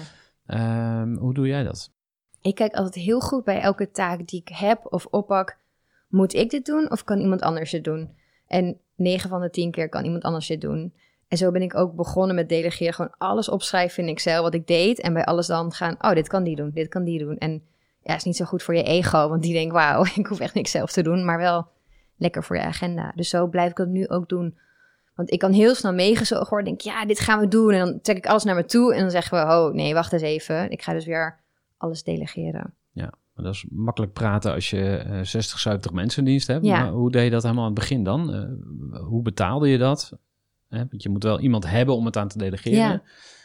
Ja. Um, hoe doe jij dat? Ik kijk altijd heel goed bij elke taak die ik heb of oppak. Moet ik dit doen of kan iemand anders het doen? En negen van de tien keer kan iemand anders dit doen. En zo ben ik ook begonnen met delegeren. Gewoon alles opschrijven in Excel wat ik deed. En bij alles dan gaan, oh, dit kan die doen, dit kan die doen. En ja, het is niet zo goed voor je ego. Want die denkt, wauw, ik hoef echt niks zelf te doen. Maar wel lekker voor je agenda. Dus zo blijf ik dat nu ook doen. Want ik kan heel snel meegezogen worden. Denk, ja, dit gaan we doen. En dan trek ik alles naar me toe. En dan zeggen we, oh, nee, wacht eens even. Ik ga dus weer alles delegeren. Ja. Maar dat is makkelijk praten als je uh, zestig, zeventig mensen in dienst hebt. Ja. Maar hoe deed je dat helemaal aan het begin dan? Uh, hoe betaalde je dat? Hè? Want je moet wel iemand hebben om het aan te delegeren. Ja.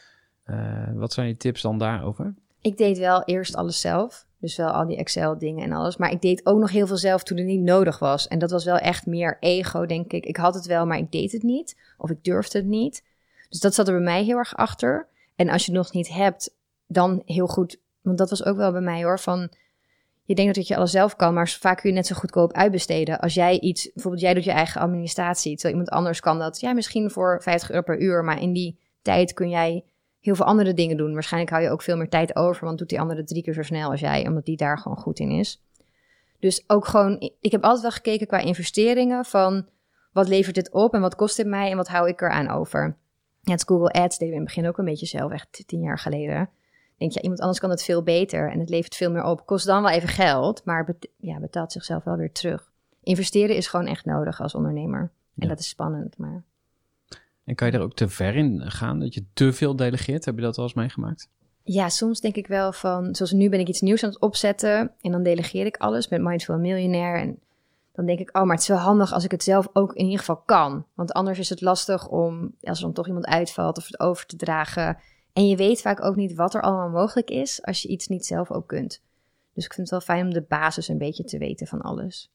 Uh, wat zijn je tips dan daarover? Ik deed wel eerst alles zelf. Dus wel al die Excel dingen en alles. Maar ik deed ook nog heel veel zelf toen het niet nodig was. En dat was wel echt meer ego, denk ik. Ik had het wel, maar ik deed het niet. Of ik durfde het niet. Dus dat zat er bij mij heel erg achter. En als je het nog niet hebt, dan heel goed. Want dat was ook wel bij mij hoor, van... Je denkt dat je alles zelf kan, maar vaak kun je net zo goedkoop uitbesteden. Als jij iets, bijvoorbeeld jij doet je eigen administratie, terwijl iemand anders kan dat, ja, misschien voor vijftig euro per uur, maar in die tijd kun jij heel veel andere dingen doen. Waarschijnlijk hou je ook veel meer tijd over, want doet die andere drie keer zo snel als jij, omdat die daar gewoon goed in is. Dus ook gewoon, ik heb altijd wel gekeken qua investeringen van, wat levert dit op en wat kost dit mij en wat hou ik eraan over? Ja, het Google Ads deden we in het begin ook een beetje zelf, echt tien jaar geleden. Denk je, ja, iemand anders kan het veel beter en het levert veel meer op. Kost dan wel even geld, maar bet- ja, betaalt zichzelf wel weer terug. Investeren is gewoon echt nodig als ondernemer. En Ja. dat is spannend, maar... En kan je er ook te ver in gaan, dat je te veel delegeert? Heb je dat wel eens meegemaakt? Ja, soms denk ik wel van, zoals nu ben ik iets nieuws aan het opzetten en dan delegeer ik alles met Mindful Millionaire. En dan denk ik, oh, maar het is wel handig als ik het zelf ook in ieder geval kan. Want anders is het lastig om, als er dan toch iemand uitvalt, of het over te dragen. En je weet vaak ook niet wat er allemaal mogelijk is als je iets niet zelf ook kunt. Dus ik vind het wel fijn om de basis een beetje te weten van alles.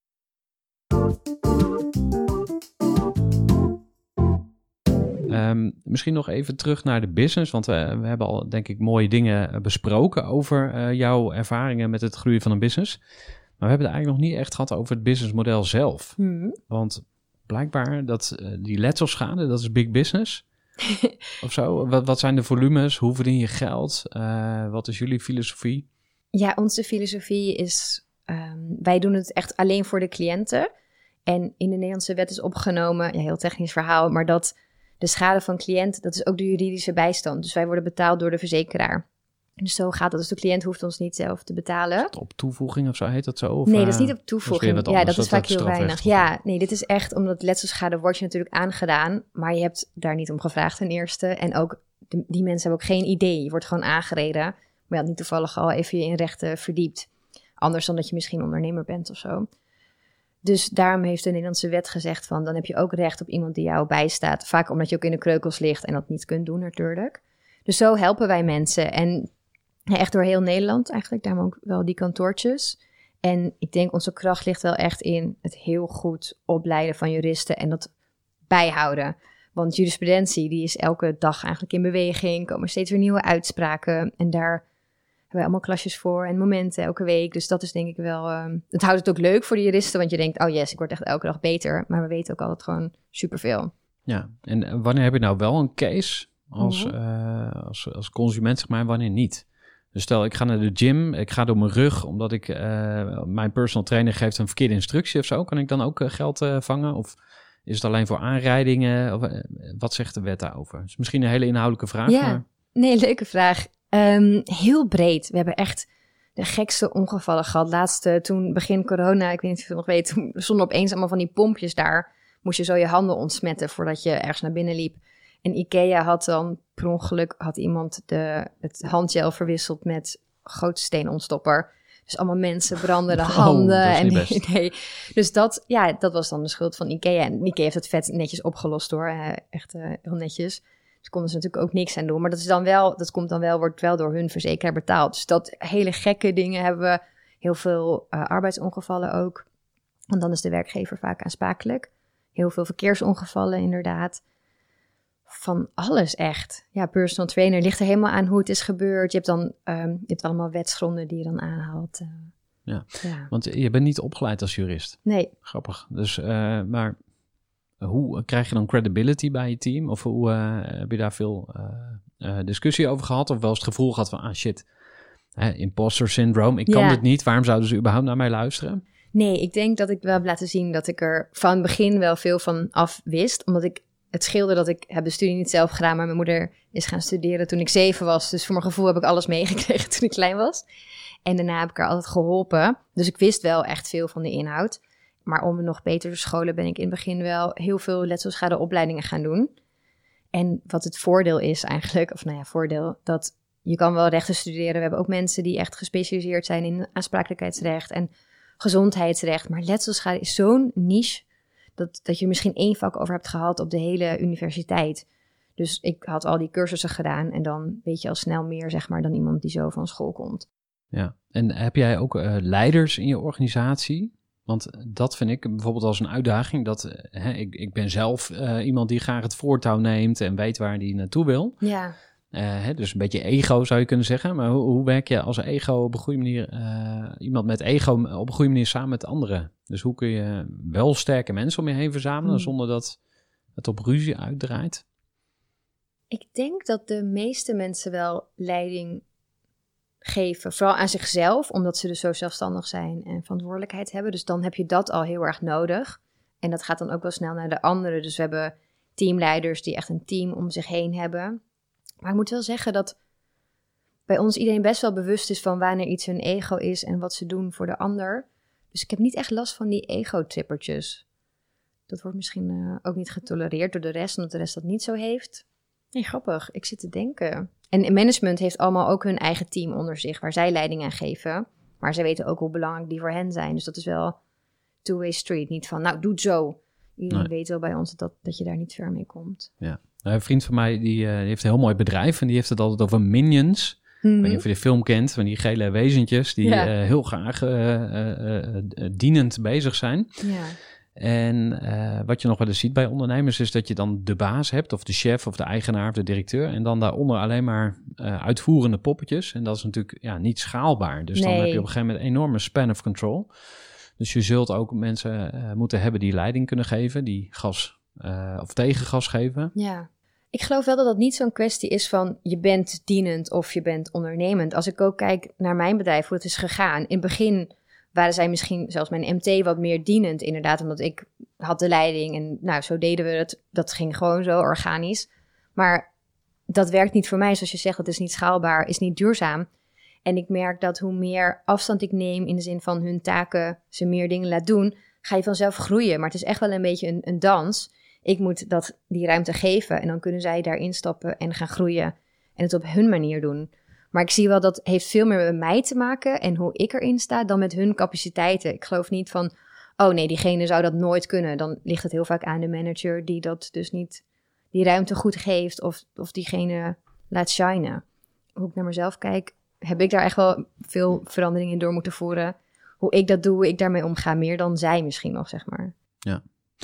Um, misschien nog even terug naar de business, want we, we hebben al denk ik mooie dingen besproken over uh, jouw ervaringen met het groeien van een business. Maar we hebben het eigenlijk nog niet echt gehad over het businessmodel zelf. Hmm. Want blijkbaar dat uh, die letselschade, dat is big business of zo. Wat, wat zijn de volumes? Hoe verdien je geld? Uh, wat is jullie filosofie? Ja, onze filosofie is, um, wij doen het echt alleen voor de cliënten. En in de Nederlandse wet is opgenomen, ja, heel technisch verhaal, maar dat de schade van cliënt, dat is ook de juridische bijstand. Dus wij worden betaald door de verzekeraar. Dus zo gaat dat. Dus de cliënt hoeft ons niet zelf te betalen. Is dat op toevoeging of zo? Heet dat zo? Of, nee, dat is niet uh, op toevoeging. Dat ja, dat is vaak dat heel strafrecht, weinig. of Ja, nee, dit is echt omdat letselschade wordt je natuurlijk aangedaan. Maar je hebt daar niet om gevraagd ten eerste. En ook, de, die mensen hebben ook geen idee. Je wordt gewoon aangereden. Maar je had niet toevallig al even je in rechten verdiept. Anders dan dat je misschien ondernemer bent of zo. Dus daarom heeft de Nederlandse wet gezegd van, dan heb je ook recht op iemand die jou bijstaat. Vaak omdat je ook in de kreukels ligt en dat niet kunt doen natuurlijk. Dus zo helpen wij mensen. En ja, echt door heel Nederland eigenlijk. Daarom ook wel die kantoortjes. En ik denk onze kracht ligt wel echt in het heel goed opleiden van juristen en dat bijhouden. Want jurisprudentie die is elke dag eigenlijk in beweging. Komen steeds weer nieuwe uitspraken. En daar hebben we allemaal klasjes voor en momenten elke week. Dus dat is denk ik wel... Um, het houdt het ook leuk voor de juristen. Want je denkt, oh yes, ik word echt elke dag beter. Maar we weten ook altijd gewoon superveel. Ja, en wanneer heb je nou wel een case als, Mhm. uh, als, als consument, zeg maar, en wanneer niet? Dus stel, ik ga naar de gym, ik ga door mijn rug, omdat ik uh, mijn personal trainer geeft een verkeerde instructie of zo. Kan ik dan ook uh, geld uh, vangen? Of is het alleen voor aanrijdingen? Of, uh, wat zegt de wet daarover? Dus misschien een hele inhoudelijke vraag. Ja, maar... nee, leuke vraag. Um, heel breed. We hebben echt de gekste ongevallen gehad. Laatste, toen begin corona, ik weet niet of je het nog weet, toen stonden opeens allemaal van die pompjes daar. Moest je zo je handen ontsmetten voordat je ergens naar binnen liep. En Ikea had dan per ongeluk, had iemand de, het handgel verwisseld met gootsteenontstopper. Dus allemaal mensen branden de Oh, handen. dat is En niet nee, best. nee. Dus dat, ja, dat was dan de schuld van Ikea. En Ikea heeft het vet netjes opgelost hoor. Uh, echt uh, heel netjes. Dus konden ze natuurlijk ook niks aan doen. Maar dat is dan wel, dat komt dan wel, wordt wel door hun verzekeraar betaald. Dus dat hele gekke dingen hebben we. Heel veel uh, arbeidsongevallen ook. Want dan is de werkgever vaak aansprakelijk. Heel veel verkeersongevallen inderdaad. Van alles echt. Ja, personal trainer ligt er helemaal aan hoe het is gebeurd. Je hebt dan um, je hebt allemaal wetsgronden die je dan aanhaalt. Uh, Ja. ja. Want je bent niet opgeleid als jurist. Nee. Grappig. Dus, uh, maar hoe krijg je dan credibility bij je team? Of hoe uh, heb je daar veel uh, uh, discussie over gehad? Of wel eens het gevoel gehad van, ah shit, hè, imposter syndrome. Ik kan Ja. dit niet. Waarom zouden ze überhaupt naar mij luisteren? Nee, ik denk dat ik wel heb laten zien dat ik er van het begin wel veel van af wist. Omdat ik, het scheelde dat ik heb de studie niet zelf gedaan, maar mijn moeder is gaan studeren toen ik zeven was. Dus voor mijn gevoel heb ik alles meegekregen toen ik klein was. En daarna heb ik haar altijd geholpen. Dus ik wist wel echt veel van de inhoud. Maar om me nog beter te scholen ben ik in het begin wel heel veel letselschadeopleidingen gaan doen. En wat het voordeel is eigenlijk, of nou ja, voordeel, dat je kan wel rechten studeren. We hebben ook mensen die echt gespecialiseerd zijn in aansprakelijkheidsrecht en gezondheidsrecht. Maar letselschade is zo'n niche dat, dat je misschien één vak over hebt gehad op de hele universiteit. Dus ik had al die cursussen gedaan en dan weet je al snel meer, zeg maar, dan iemand die zo van school komt. Ja, en heb jij ook uh, leiders in je organisatie? Want dat vind ik bijvoorbeeld als een uitdaging. Dat uh, hè, ik, ik ben zelf uh, iemand die graag het voortouw neemt en weet waar die naartoe wil. Ja. Uh, hè, dus een beetje ego zou je kunnen zeggen. Maar hoe, hoe werk je als ego op een goede manier, uh, iemand met ego op een goede manier samen met anderen? Dus hoe kun je wel sterke mensen om je heen verzamelen hmm. zonder dat het op ruzie uitdraait? Ik denk dat de meeste mensen wel leiding geven, vooral aan zichzelf, omdat ze dus zo zelfstandig zijn en verantwoordelijkheid hebben. Dus dan heb je dat al heel erg nodig. En dat gaat dan ook wel snel naar de anderen. Dus we hebben teamleiders die echt een team om zich heen hebben. Maar ik moet wel zeggen dat bij ons iedereen best wel bewust is van wanneer iets hun ego is en wat ze doen voor de ander. Dus ik heb niet echt last van die ego-trippertjes. Dat wordt misschien uh, ook niet getolereerd door de rest, omdat de rest dat niet zo heeft. Nee, grappig. Ik zit te denken. En management heeft allemaal ook hun eigen team onder zich, waar zij leiding aan geven. Maar zij weten ook hoe belangrijk die voor hen zijn. Dus dat is wel two-way street. Niet van, nou, doe het zo. Iedereen nee. weet wel bij ons dat, dat je daar niet ver mee komt. Ja. Een vriend van mij, die, uh, die heeft een heel mooi bedrijf. En die heeft het altijd over Minions. Mm-hmm. Ik weet niet of je de film kent, van die gele wezentjes. Die ja. uh, heel graag uh, uh, uh, dienend bezig zijn. Ja. En uh, wat je nog wel eens ziet bij ondernemers is dat je dan de baas hebt, of de chef, of de eigenaar, of de directeur. En dan daaronder alleen maar uh, uitvoerende poppetjes. En dat is natuurlijk ja, niet schaalbaar. Dus nee. dan heb je op een gegeven moment een enorme span of control. Dus je zult ook mensen uh, moeten hebben die leiding kunnen geven, die gas uh, of tegengas geven. Ja, ik geloof wel dat dat niet zo'n kwestie is van je bent dienend of je bent ondernemend. Als ik ook kijk naar mijn bedrijf, hoe het is gegaan. In het begin waren zij misschien, zelfs mijn M T, wat meer dienend. Inderdaad, omdat ik had de leiding en nou, zo deden we het. Dat ging gewoon zo organisch. Maar dat werkt niet voor mij. Zoals je zegt, dat is niet schaalbaar, is niet duurzaam. En ik merk dat hoe meer afstand ik neem in de zin van hun taken, ze meer dingen laat doen, ga je vanzelf groeien. Maar het is echt wel een beetje een, een dans. Ik moet dat, die ruimte geven en dan kunnen zij daarin stappen en gaan groeien. En het op hun manier doen. Maar ik zie wel dat heeft veel meer met mij te maken en hoe ik erin sta dan met hun capaciteiten. Ik geloof niet van, oh nee, diegene zou dat nooit kunnen. Dan ligt het heel vaak aan de manager die dat dus niet, die ruimte goed geeft of, of diegene laat shinen. Hoe ik naar mezelf kijk, heb ik daar echt wel veel veranderingen in door moeten voeren. Hoe ik dat doe, hoe ik daarmee omga, meer dan zij misschien nog, zeg maar. Ja.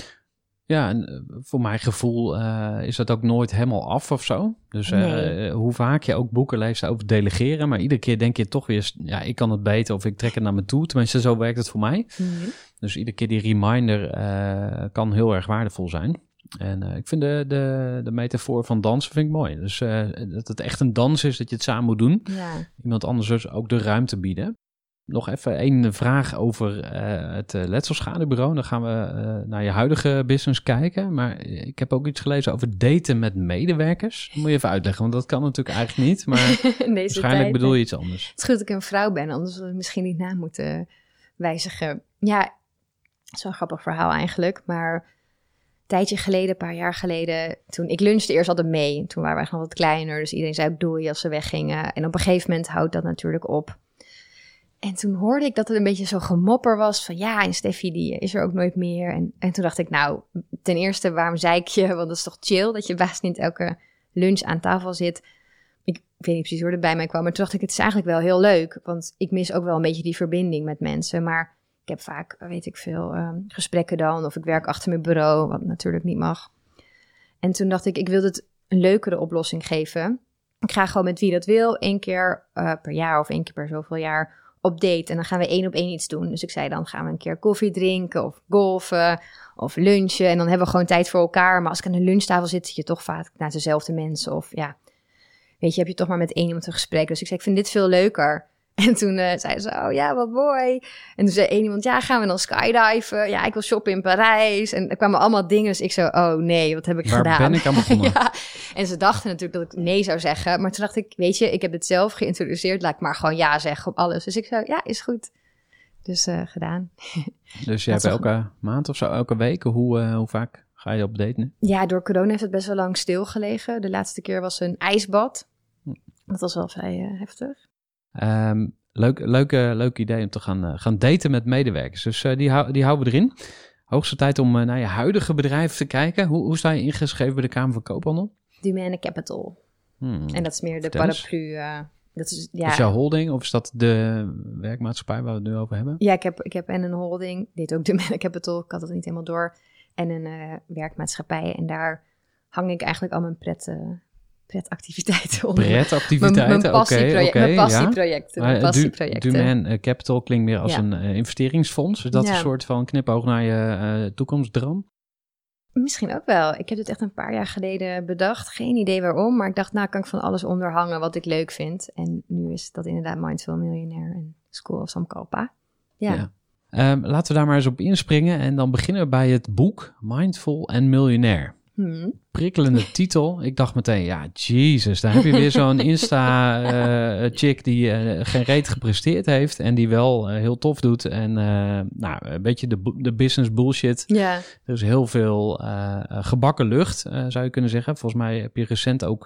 Ja, en voor mijn gevoel uh, is dat ook nooit helemaal af of zo. Dus uh, nee. hoe vaak je ook boeken leest over delegeren, maar iedere keer denk je toch weer, ja, ik kan het beter of ik trek het naar me toe. Tenminste, zo werkt het voor mij. Mm-hmm. Dus iedere keer die reminder uh, kan heel erg waardevol zijn. En uh, ik vind de, de, de metafoor van dansen vind ik mooi. Dus uh, dat het echt een dans is, dat je het samen moet doen. Ja. Iemand anders dus ook de ruimte bieden. Nog even één vraag over uh, het uh, letselschadebureau. Dan gaan we uh, naar je huidige business kijken. Maar ik heb ook iets gelezen over daten met medewerkers. Dat moet je even uitleggen, want dat kan natuurlijk eigenlijk niet. Maar waarschijnlijk tijd, bedoel je iets anders. Het is goed dat ik een vrouw ben, anders zullen we misschien die naam moeten wijzigen. Ja, het is wel een grappig verhaal eigenlijk. Maar een tijdje geleden, een paar jaar geleden, toen ik lunchte eerst altijd mee. Toen waren we nog wat kleiner, dus iedereen zei ook doei als ze weggingen. En op een gegeven moment houdt dat natuurlijk op. En toen hoorde ik dat het een beetje zo gemopper was van ja, en Steffi die is er ook nooit meer. En, en toen dacht ik nou, ten eerste waarom zeik je, want dat is toch chill dat je baas niet elke lunch aan tafel zit. Ik, ik weet niet precies hoe het bij mij kwam, maar toen dacht ik het is eigenlijk wel heel leuk. Want ik mis ook wel een beetje die verbinding met mensen. Maar ik heb vaak, weet ik veel, um, gesprekken dan of ik werk achter mijn bureau, wat natuurlijk niet mag. En toen dacht ik, ik wil het een leukere oplossing geven. Ik ga gewoon met wie dat wil, één keer uh, per jaar of één keer per zoveel jaar op date. En dan gaan we één op één iets doen. Dus ik zei, dan gaan we een keer koffie drinken of golfen of lunchen. En dan hebben we gewoon tijd voor elkaar. Maar als ik aan de lunchtafel zit, zit je toch vaak naar dezelfde mensen. Of ja, weet je, heb je toch maar met één iemand een gesprek. Dus ik zei, ik vind dit veel leuker. En toen uh, zei ze, oh ja, wat mooi. En toen zei één iemand, ja, gaan we dan skydiven? Ja, ik wil shoppen in Parijs. En er kwamen allemaal dingen. Dus ik zo, oh nee, wat heb ik Waar gedaan? Waar ben ik aan begonnen? Ja. En ze dachten natuurlijk dat ik nee zou zeggen. Maar toen dacht ik, weet je, ik heb het zelf geïntroduceerd. Laat ik maar gewoon ja zeggen op alles. Dus ik zei, ja, is goed. Dus uh, gedaan. Dus jij hebt elke goed. maand of zo, elke week? Hoe, uh, hoe vaak ga je op date nu? Ja, door corona heeft het best wel lang stilgelegen. De laatste keer was een ijsbad. Dat was wel vrij uh, heftig. Um, leuk, leuk, uh, leuk idee om te gaan, uh, gaan daten met medewerkers. Dus uh, die, hou, die houden we erin. Hoogste tijd om uh, naar je huidige bedrijf te kijken. Hoe, hoe sta je ingeschreven bij de Kamer van Koophandel? Dumane Capital. Hmm. En dat is meer de Vertel paraplu. Uh, dat is, ja. is jouw holding of is dat de werkmaatschappij waar we het nu over hebben? Ja, ik heb, ik heb en een holding. Dit ook Dumane Capital. Ik had het niet helemaal door. En een uh, werkmaatschappij. En daar hang ik eigenlijk al mijn pret... Uh, pretactiviteiten onder. Pretactiviteiten, mijn, mijn passieproject, okay, okay, mijn passieprojecten. Ja. Mijn passieprojecten. Dumane Capital klinkt meer als ja. een uh, investeringsfonds. Is dat ja. een soort van knipoog naar je uh, toekomstdroom? Misschien ook wel. Ik heb het echt een paar jaar geleden bedacht. Geen idee waarom, maar ik dacht, nou kan ik van alles onderhangen wat ik leuk vind. En nu is dat inderdaad Mindful Millionaire en School of Samkalpa. Ja. ja. Um, laten we daar maar eens op inspringen. En dan beginnen we bij het boek Mindful en Miljonair. Hmm. Prikkelende titel. Ik dacht meteen, ja, Jesus, daar heb je weer zo'n Insta-chick uh, die uh, geen reet gepresteerd heeft en die wel uh, heel tof doet. En uh, nou, een beetje de, de business bullshit. Ja. Er is heel veel uh, gebakken lucht, uh, zou je kunnen zeggen. Volgens mij heb je recent ook,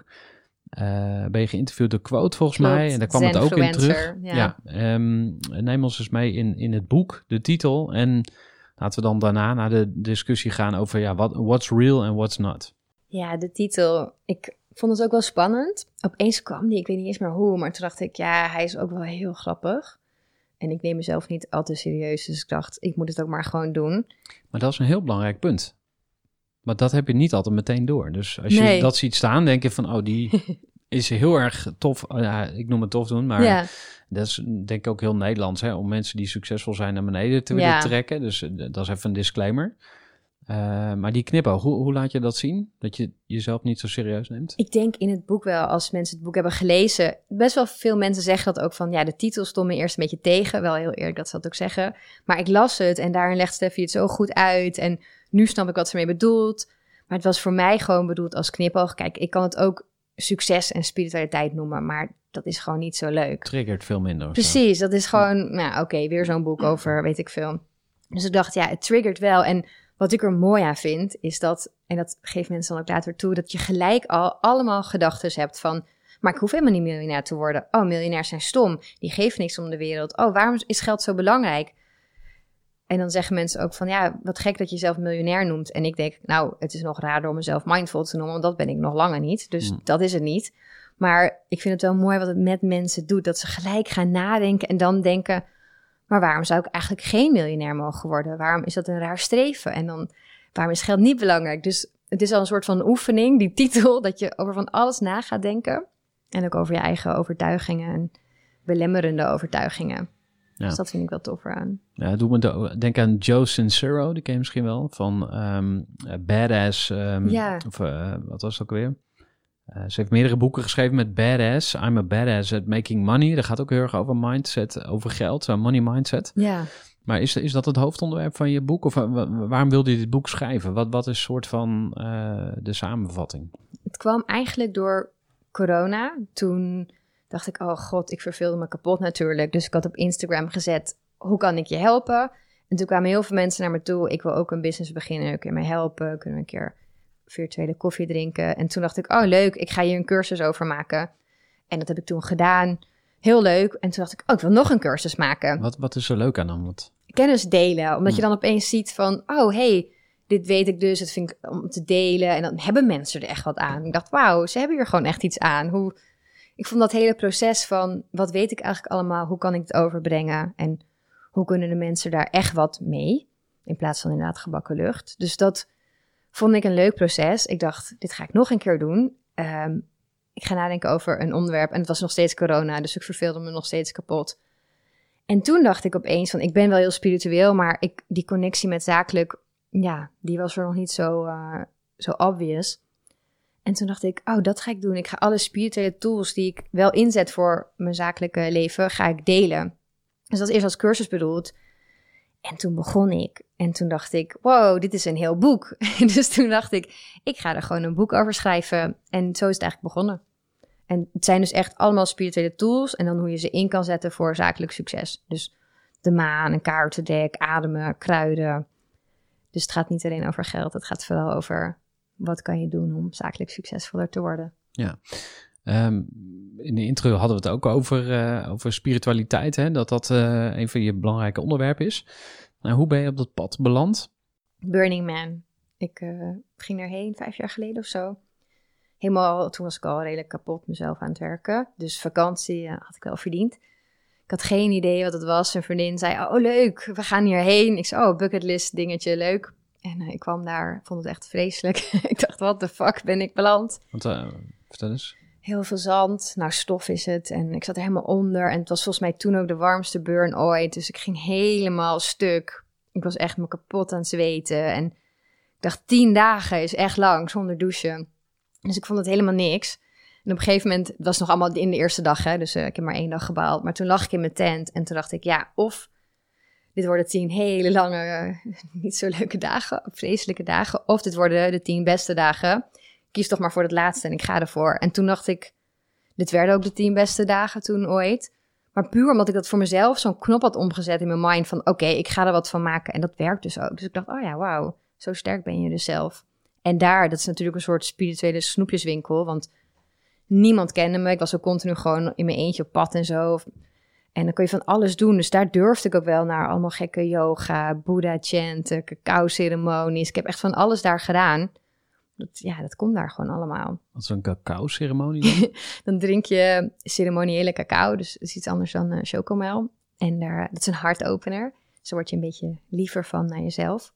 uh, ben je geïnterviewd door Quote, volgens Klopt. mij. En daar kwam het ook in terug. Ja. ja um, neem ons eens mee in, in het boek, de titel. En laten we dan daarna naar de discussie gaan over ja, what, what's real en what's not. Ja, de titel. Ik vond het ook wel spannend. Opeens kwam die, ik weet niet eens meer hoe, maar toen dacht ik, ja, hij is ook wel heel grappig. En ik neem mezelf niet al te serieus, dus ik dacht, ik moet het ook maar gewoon doen. Maar dat is een heel belangrijk punt. Maar dat heb je niet altijd meteen door. Dus als je Nee. dat ziet staan, denk je van, oh, die is heel erg tof. Uh, ja, ik noem het tof doen, maar Ja. dat is denk ik ook heel Nederlands, hè, om mensen die succesvol zijn naar beneden te willen Ja. trekken. Dus uh, dat is even een disclaimer. Uh, maar die knipoog, hoe, hoe laat je dat zien? Dat je jezelf niet zo serieus neemt? Ik denk in het boek wel, als mensen het boek hebben gelezen, best wel veel mensen zeggen dat ook van, ja, de titel stond me eerst een beetje tegen. Wel heel eerlijk dat ze dat ook zeggen. Maar ik las het en daarin legt Steffi het zo goed uit. En nu snap ik wat ze mee bedoelt. Maar het was voor mij gewoon bedoeld als knipoog. Kijk, ik kan het ook succes en spiritualiteit noemen, maar dat is gewoon niet zo leuk. Triggert veel minder. Precies, dat is gewoon, nou oké, okay, weer zo'n boek over, weet ik veel. Dus ik dacht, ja, het triggert wel. En wat ik er mooi aan vind, is dat, en dat geeft mensen dan ook later toe, dat je gelijk al allemaal gedachten hebt van, maar ik hoef helemaal niet miljonair te worden. Oh, miljonairs zijn stom, die geven niks om de wereld. Oh, waarom is geld zo belangrijk? En dan zeggen mensen ook van, ja, wat gek dat je jezelf miljonair noemt. En ik denk, nou, het is nog raarder om mezelf mindful te noemen, want dat ben ik nog langer niet. Dus mm. dat is het niet. Maar ik vind het wel mooi wat het met mensen doet, dat ze gelijk gaan nadenken en dan denken, maar waarom zou ik eigenlijk geen miljonair mogen worden? Waarom is dat een raar streven? En dan, waarom is geld niet belangrijk? Dus het is al een soort van oefening, die titel, dat je over van alles na gaat denken. En ook over je eigen overtuigingen en belemmerende overtuigingen. Ja. Dus dat vind ik wel tof eraan. Ja, doe me de, denk aan Joe Sincero, die ken je misschien wel, van um, Badass. Um, ja. Of uh, wat was het ook weer? Uh, ze heeft meerdere boeken geschreven met Badass. I'm a Badass at Making Money. Dat gaat ook heel erg over mindset, over geld, uh, money mindset. Ja. Maar is, is dat het hoofdonderwerp van je boek? Of uh, waarom wilde je dit boek schrijven? Wat, wat is soort van uh, de samenvatting? Het kwam eigenlijk door corona. Toen dacht ik, oh god, ik verveelde me kapot natuurlijk. Dus ik had op Instagram gezet, hoe kan ik je helpen? En toen kwamen heel veel mensen naar me toe. Ik wil ook een business beginnen, kun je mij helpen? Kunnen we een keer virtuele koffie drinken? En toen dacht ik, oh leuk, ik ga hier een cursus over maken. En dat heb ik toen gedaan. Heel leuk. En toen dacht ik, oh, ik wil nog een cursus maken. Wat, wat is er leuk aan dan? Wat? Kennis delen. Omdat hmm. je dan opeens ziet van, oh hey, dit weet ik dus. Het vind ik om te delen. En dan hebben mensen er echt wat aan. Ik dacht, wauw, ze hebben hier gewoon echt iets aan. Hoe... Ik vond dat hele proces van, wat weet ik eigenlijk allemaal? Hoe kan ik het overbrengen? En hoe kunnen de mensen daar echt wat mee? In plaats van inderdaad gebakken lucht. Dus dat vond ik een leuk proces. Ik dacht, dit ga ik nog een keer doen. Um, ik ga nadenken over een onderwerp. En het was nog steeds corona, dus ik verveelde me nog steeds kapot. En toen dacht ik opeens van, ik ben wel heel spiritueel, maar ik, die connectie met zakelijk, ja, die was er nog niet zo, uh, zo obvious. En toen dacht ik, oh, dat ga ik doen. Ik ga alle spirituele tools die ik wel inzet voor mijn zakelijke leven, ga ik delen. Dus dat is eerst als cursus bedoeld. En toen begon ik. En toen dacht ik, wow, dit is een heel boek. Dus toen dacht ik, ik ga er gewoon een boek over schrijven. En zo is het eigenlijk begonnen. En het zijn dus echt allemaal spirituele tools. En dan hoe je ze in kan zetten voor zakelijk succes. Dus de maan, een kaartendek, ademen, kruiden. Dus het gaat niet alleen over geld. Het gaat vooral over, wat kan je doen om zakelijk succesvoller te worden. Ja. Um, in de intro hadden we het ook over, uh, over spiritualiteit. Hè? Dat dat uh, een van je belangrijke onderwerpen is. Nou, hoe ben je op dat pad beland? Burning Man. Ik uh, ging erheen vijf jaar geleden of zo. Helemaal, toen was ik al redelijk kapot mezelf aan het werken. Dus vakantie uh, had ik wel verdiend. Ik had geen idee wat het was. Een vriendin zei, oh leuk, we gaan hierheen. Ik zei, oh bucketlist dingetje, leuk. En uh, ik kwam daar, vond het echt vreselijk. Ik dacht, what the fuck ben ik beland? Want, uh, vertel eens. Heel veel zand, nou stof is het. En ik zat er helemaal onder. En het was volgens mij toen ook de warmste burn ooit. Dus ik ging helemaal stuk. Ik was echt me kapot aan het zweten. En ik dacht, tien dagen is echt lang, zonder douchen. Dus ik vond het helemaal niks. En op een gegeven moment, het was nog allemaal in de eerste dag, hè, dus uh, ik heb maar één dag gebaald. Maar toen lag ik in mijn tent en toen dacht ik, ja, of dit worden tien hele lange, niet zo leuke dagen, vreselijke dagen. Of dit worden de tien beste dagen. Kies toch maar voor het laatste en ik ga ervoor. En toen dacht ik, dit werden ook de tien beste dagen toen ooit. Maar puur omdat ik dat voor mezelf zo'n knop had omgezet in mijn mind van... oké, okay, ik ga er wat van maken. En dat werkt dus ook. Dus ik dacht, oh ja, wauw, zo sterk ben je dus zelf. En daar, dat is natuurlijk een soort spirituele snoepjeswinkel. Want niemand kende me. Ik was ook continu gewoon in mijn eentje op pad en zo. En dan kun je van alles doen. Dus daar durfde ik ook wel naar allemaal gekke yoga, Boeddha-chanten, cacao-ceremonies. Ik heb echt van alles daar gedaan. Dat, ja, dat komt daar gewoon allemaal. Wat is een cacao-ceremonie dan? Dan drink je ceremoniële cacao, dus dat is iets anders dan uh, chocomel. En daar, dat is een hartopener. Zo word je een beetje liever van naar jezelf.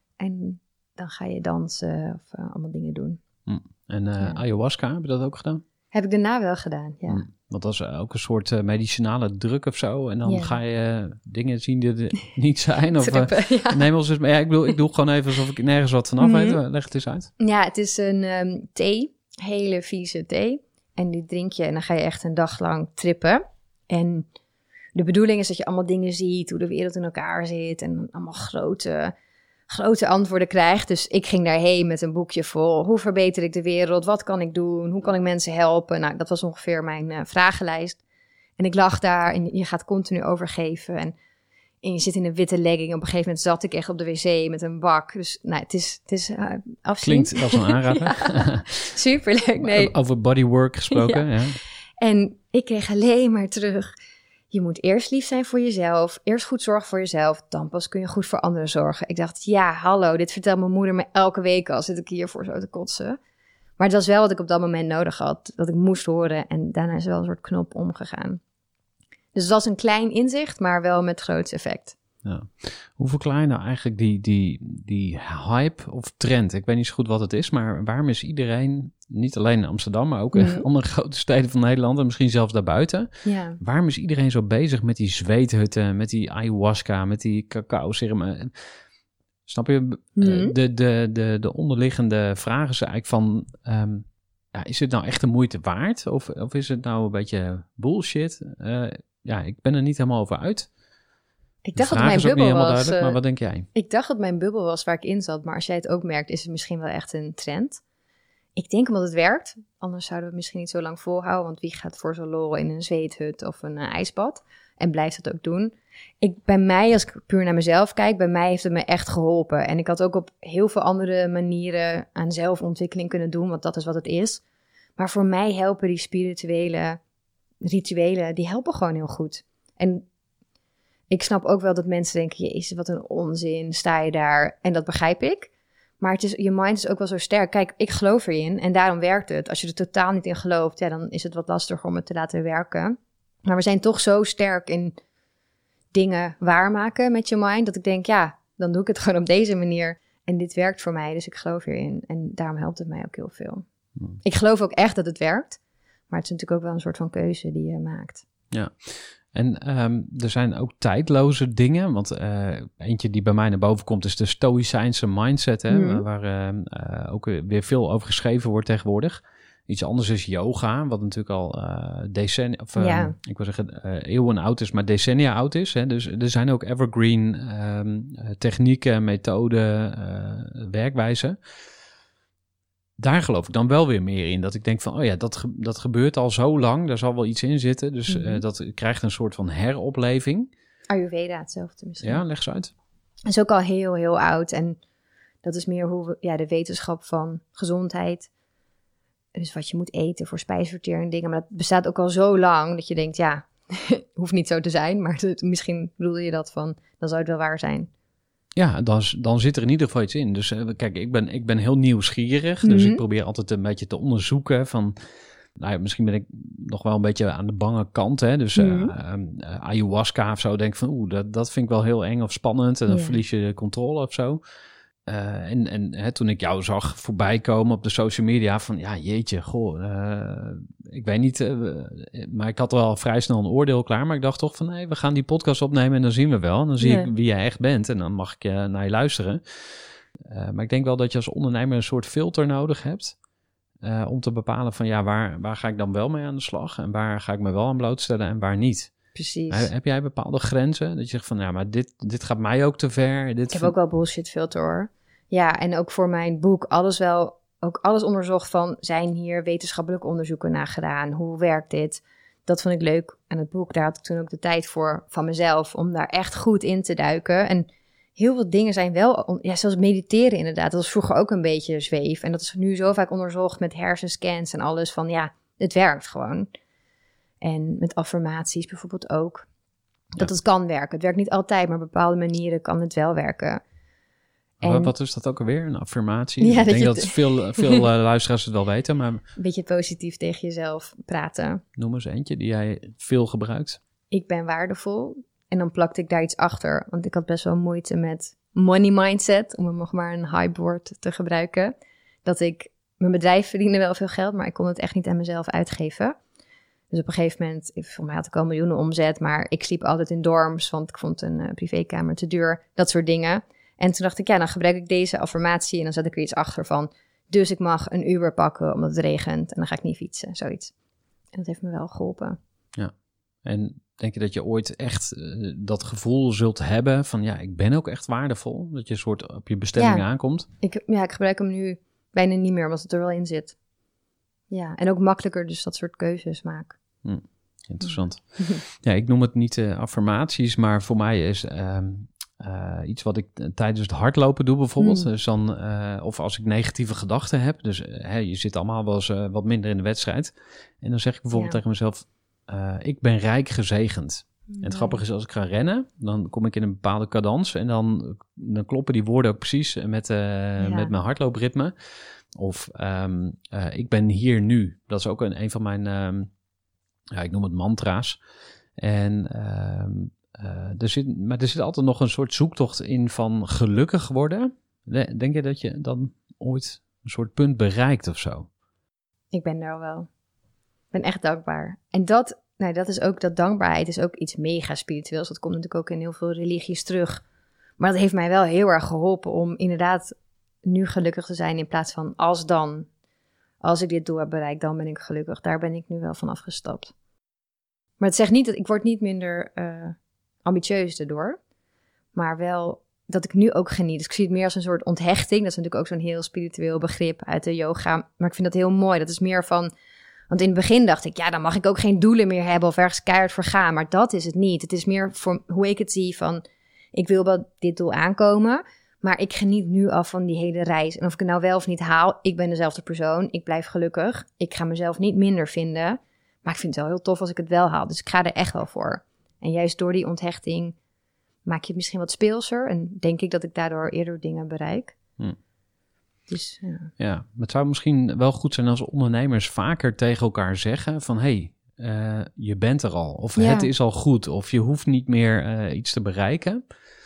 En dan ga je dansen of uh, allemaal dingen doen. Hm. En uh, ja. ayahuasca, heb je dat ook gedaan? Heb ik daarna wel gedaan, ja. Hm. Want dat is ook een soort uh, medicinale druk of zo. En dan ja. ga je uh, dingen zien die er niet zijn. Of, Trippen, uh, ja. Neem ons eens mee. Ja, ik, bedoel, ik doe gewoon even alsof ik nergens wat vanaf Mm-hmm. weet. Leg het eens uit. Ja, het is een um, thee. Hele vieze thee. En die drink je en dan ga je echt een dag lang trippen. En de bedoeling is dat je allemaal dingen ziet. Hoe de wereld in elkaar zit. En allemaal grote... grote antwoorden krijgt. Dus ik ging daarheen met een boekje vol. Hoe verbeter ik de wereld? Wat kan ik doen? Hoe kan ik mensen helpen? Nou, dat was ongeveer mijn uh, vragenlijst. En ik lag daar en je gaat continu overgeven. En, en je zit in een witte legging. Op een gegeven moment zat ik echt op de wc met een bak. Dus nou, het is, het is uh, afzien. Klinkt als een aanrader. Ja, superleuk. Nee. Over bodywork gesproken. Ja. Ja. En ik kreeg alleen maar terug... Je moet eerst lief zijn voor jezelf. Eerst goed zorgen voor jezelf. Dan pas kun je goed voor anderen zorgen. Ik dacht, ja, hallo, dit vertelt mijn moeder me elke week al. Zit ik hiervoor zo te kotsen. Maar het was wel wat ik op dat moment nodig had. Dat ik moest horen. En daarna is wel een soort knop omgegaan. Dus het was een klein inzicht, maar wel met groot effect. Ja. Hoe verklaar je nou eigenlijk die, die, die hype of trend? Ik weet niet zo goed wat het is, maar waarom is iedereen, niet alleen in Amsterdam, maar ook in mm. andere grote steden van Nederland en misschien zelfs daarbuiten, ja. waarom is iedereen zo bezig met die zweethutten, met die ayahuasca, met die cacao-ceremonie? Snap je? Mm. De, de, de, de onderliggende vraag is eigenlijk van, um, ja, is het nou echt de moeite waard? Of, of is het nou een beetje bullshit? Uh, ja, ik ben er niet helemaal over uit. Ik dacht dat mijn bubbel was. Uh, maar wat denk jij? Ik dacht dat mijn bubbel was waar ik in zat. Maar als jij het ook merkt, is het misschien wel echt een trend. Ik denk omdat het werkt. Anders zouden we het misschien niet zo lang volhouden. Want wie gaat voor zo'n lol in een zweethut of een uh, ijsbad? En blijft dat ook doen. Ik, bij mij, als ik puur naar mezelf kijk, bij mij heeft het me echt geholpen. En ik had ook op heel veel andere manieren aan zelfontwikkeling kunnen doen. Want dat is wat het is. Maar voor mij helpen die spirituele rituelen, die helpen gewoon heel goed. En ik snap ook wel dat mensen denken, jezus, wat een onzin, sta je daar? En dat begrijp ik. Maar het is, je mind is ook wel zo sterk. Kijk, ik geloof erin en daarom werkt het. Als je er totaal niet in gelooft, ja, dan is het wat lastiger om het te laten werken. Maar we zijn toch zo sterk in dingen waarmaken met je mind, dat ik denk, ja, dan doe ik het gewoon op deze manier. En dit werkt voor mij, dus ik geloof erin. En daarom helpt het mij ook heel veel. Hmm. Ik geloof ook echt dat het werkt. Maar het is natuurlijk ook wel een soort van keuze die je maakt. Ja. En um, er zijn ook tijdloze dingen, want uh, eentje die bij mij naar boven komt is de Stoïcijnse mindset, hè, mm. waar uh, uh, ook weer veel over geschreven wordt tegenwoordig. Iets anders is yoga, wat natuurlijk al uh, decennia, of uh, ja. ik wil zeggen uh, eeuwen oud is, maar decennia oud is. Hè. Dus er zijn ook evergreen um, technieken, methoden, uh, werkwijzen. Daar geloof ik dan wel weer meer in. Dat ik denk van, oh ja, dat, ge- dat gebeurt al zo lang. Daar zal wel iets in zitten. Dus mm-hmm. uh, dat krijgt een soort van heropleving. Ayurveda, hetzelfde misschien. Ja, leg eens uit. Het is ook al heel, heel oud. En dat is meer hoe we, ja, de wetenschap van gezondheid. Dus wat je moet eten voor spijsverteer en dingen. Maar dat bestaat ook al zo lang dat je denkt, ja, hoeft niet zo te zijn. Maar het, misschien bedoelde je dat van, dan zou het wel waar zijn. Ja, dan, dan zit er in ieder geval iets in. Dus uh, kijk, ik ben, ik ben heel nieuwsgierig. Mm-hmm. Dus ik probeer altijd een beetje te onderzoeken van... Nou ja, misschien ben ik nog wel een beetje aan de bange kant. Hè? Dus mm-hmm. uh, um, uh, ayahuasca of zo. Denk van, oeh, dat, dat vind ik wel heel eng of spannend. En dan yeah. verlies je de controle of zo. Uh, en en hè, toen ik jou zag voorbij komen op de social media... van ja, jeetje, goh, uh, ik weet niet... Uh, maar ik had wel vrij snel een oordeel klaar. Maar ik dacht toch van, nee, we gaan die podcast opnemen... en dan zien we wel. En dan zie nee. ik wie jij echt bent. En dan mag ik uh, naar je luisteren. Uh, maar ik denk wel dat je als ondernemer... een soort filter nodig hebt... Uh, om te bepalen van, ja, waar, waar ga ik dan wel mee aan de slag... en waar ga ik me wel aan blootstellen en waar niet... Precies. He, heb jij bepaalde grenzen? Dat je zegt van, ja, maar dit, dit gaat mij ook te ver. Dit Ik heb vind... ook wel bullshit filter hoor. Ja, en ook voor mijn boek alles wel, ook alles onderzocht van, zijn hier wetenschappelijke onderzoeken naar gedaan? Hoe werkt dit? Dat vond ik leuk aan het boek. Daar had ik toen ook de tijd voor van mezelf om daar echt goed in te duiken. En heel veel dingen zijn wel, ja, zoals mediteren inderdaad. Dat was vroeger ook een beetje zweef. En dat is nu zo vaak onderzocht met hersenscans en alles van, ja, het werkt gewoon. En met affirmaties bijvoorbeeld ook. Dat Ja. het kan werken. Het werkt niet altijd, maar op bepaalde manieren kan het wel werken. En... En- Wat is dat ook alweer? Een affirmatie? Ja, ik dat denk je dat het- veel, veel uh, luisteraars het wel weten, maar Een beetje positief tegen jezelf praten. noem eens eentje die jij veel gebruikt. Ik ben waardevol. En dan plakte ik daar iets achter. Want ik had best wel moeite met money mindset. Om nog maar een hypewoord te gebruiken. Dat ik, mijn bedrijf verdiende wel veel geld, maar ik kon het echt niet aan mezelf uitgeven. Dus op een gegeven moment, voor mij had ik al miljoenen omzet, maar ik sliep altijd in dorms, want ik vond een uh, privékamer te duur. Dat soort dingen. En toen dacht ik, ja, dan gebruik ik deze affirmatie en dan zet ik er iets achter van, dus ik mag een Uber pakken omdat het regent en dan ga ik niet fietsen, zoiets. En dat heeft me wel geholpen. En denk je dat je ooit echt uh, dat gevoel zult hebben van, ja, ik ben ook echt waardevol? Dat je een soort op je bestemming Ja. aankomt? Ik, ja, ik gebruik hem nu bijna niet meer, omdat het er wel in zit. Ja, en ook makkelijker dus dat soort keuzes maak. Interessant. Ja, ik noem het niet uh, affirmaties, maar voor mij is um, uh, iets wat ik uh, tijdens het hardlopen doe bijvoorbeeld. Mm. Dus dan, uh, of als ik negatieve gedachten heb. Dus uh, hey, je zit allemaal wel eens uh, wat minder in de wedstrijd. En dan zeg ik bijvoorbeeld Ja. tegen mezelf, uh, ik ben rijk gezegend. En het grappige is, als ik ga rennen, dan kom ik in een bepaalde cadans. En dan, dan kloppen die woorden ook precies met, uh, ja. met mijn hardloopritme. Of um, uh, ik ben hier nu. Dat is ook een, een van mijn... Um, Ja, ik noem het mantra's. En, uh, uh, er zit, maar er zit altijd nog een soort zoektocht in van gelukkig worden. Denk je dat je dan ooit een soort punt bereikt of zo? Ik ben er al wel. Ik ben echt dankbaar. En dat, nou, dat is ook, dat dankbaarheid is ook iets mega spiritueels. Dat komt natuurlijk ook in heel veel religies terug. Maar dat heeft mij wel heel erg geholpen om inderdaad nu gelukkig te zijn in plaats van als dan. Als ik dit doel heb bereikt, dan ben ik gelukkig. Daar ben ik nu wel van afgestapt. Maar het zegt niet dat ik word niet minder uh, ambitieus daardoor. Maar wel dat ik nu ook geniet. Dus ik zie het meer als een soort onthechting. Dat is natuurlijk ook zo'n heel spiritueel begrip uit de yoga. Maar ik vind dat heel mooi. Dat is meer van... Want in het begin dacht ik, ja, dan mag ik ook geen doelen meer hebben of ergens keihard voor gaan. Maar dat is het niet. Het is meer voor hoe ik het zie van... Ik wil wel dit doel aankomen... Maar ik geniet nu af van die hele reis. En of ik het nou wel of niet haal, ik ben dezelfde persoon. Ik blijf gelukkig. Ik ga mezelf niet minder vinden. Maar ik vind het wel heel tof als ik het wel haal. Dus ik ga er echt wel voor. En juist door die onthechting maak je het misschien wat speelser. En denk ik dat ik daardoor eerder dingen bereik. Hm. Dus, ja. Ja, maar het zou misschien wel goed zijn als ondernemers vaker tegen elkaar zeggen van... Hey, uh, je bent er al. Of Ja. het is al goed. Of je hoeft niet meer uh, iets te bereiken.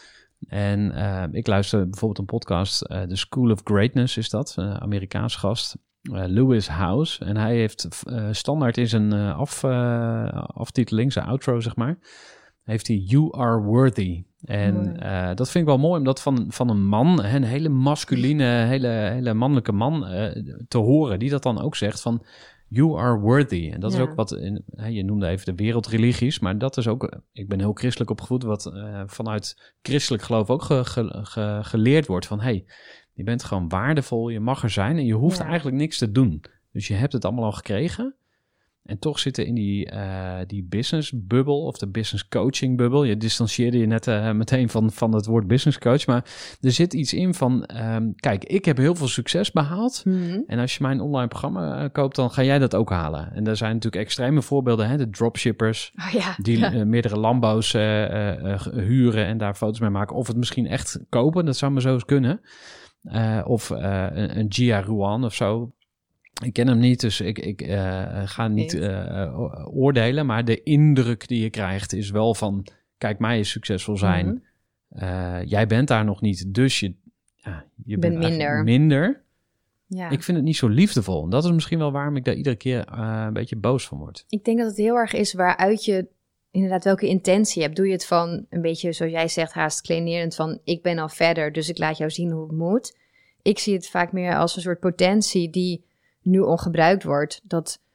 En uh, ik luister bijvoorbeeld een podcast, uh, The School of Greatness is dat, uh, Amerikaans gast, uh, Lewis Howes. En hij heeft uh, standaard in zijn uh, af, uh, aftiteling, zijn outro zeg maar, heeft hij You Are Worthy. En uh, dat vind ik wel mooi om dat van, van een man, een hele masculine, hele, hele mannelijke man uh, te horen, die dat dan ook zegt van... You are worthy. En dat ja. is ook wat, in, hè, je noemde even de wereldreligies, maar dat is ook, ik ben heel christelijk opgevoed, wat uh, vanuit christelijk geloof ook ge, ge, ge, geleerd wordt van, hey, je bent gewoon waardevol, je mag er zijn en je hoeft ja. eigenlijk niks te doen. Dus je hebt het allemaal al gekregen. En toch zitten in die, uh, die business bubble of de business coaching bubble. Je distancieerde je net uh, meteen van, van het woord business coach. Maar er zit iets in van, um, kijk, ik heb heel veel succes behaald. Mm-hmm. En als je mijn online programma uh, koopt, dan ga jij dat ook halen. En daar zijn natuurlijk extreme voorbeelden. Hè? De dropshippers oh, ja. die ja. Uh, meerdere Lambo's uh, uh, huren en daar foto's mee maken. Of het misschien echt kopen, dat zou maar zo eens kunnen. Uh, of uh, een, een Gia Ruan of zo. Ik ken hem niet, dus ik, ik uh, ga niet uh, oordelen. Maar de indruk die je krijgt is wel van... Kijk, mij is succesvol zijn. Mm-hmm. Uh, jij bent daar nog niet, dus je, ja, je bent minder. minder. Ja. Ik vind het niet zo liefdevol. En dat is misschien wel waarom ik daar iedere keer uh, een beetje boos van word. Ik denk dat het heel erg is waaruit je... Inderdaad, welke intentie hebt. Doe je het van een beetje, zoals jij zegt, haast kleinerend van... Ik ben al verder, dus ik laat jou zien hoe het moet. Ik zie het vaak meer als een soort potentie die... nu ongebruikt wordt, dat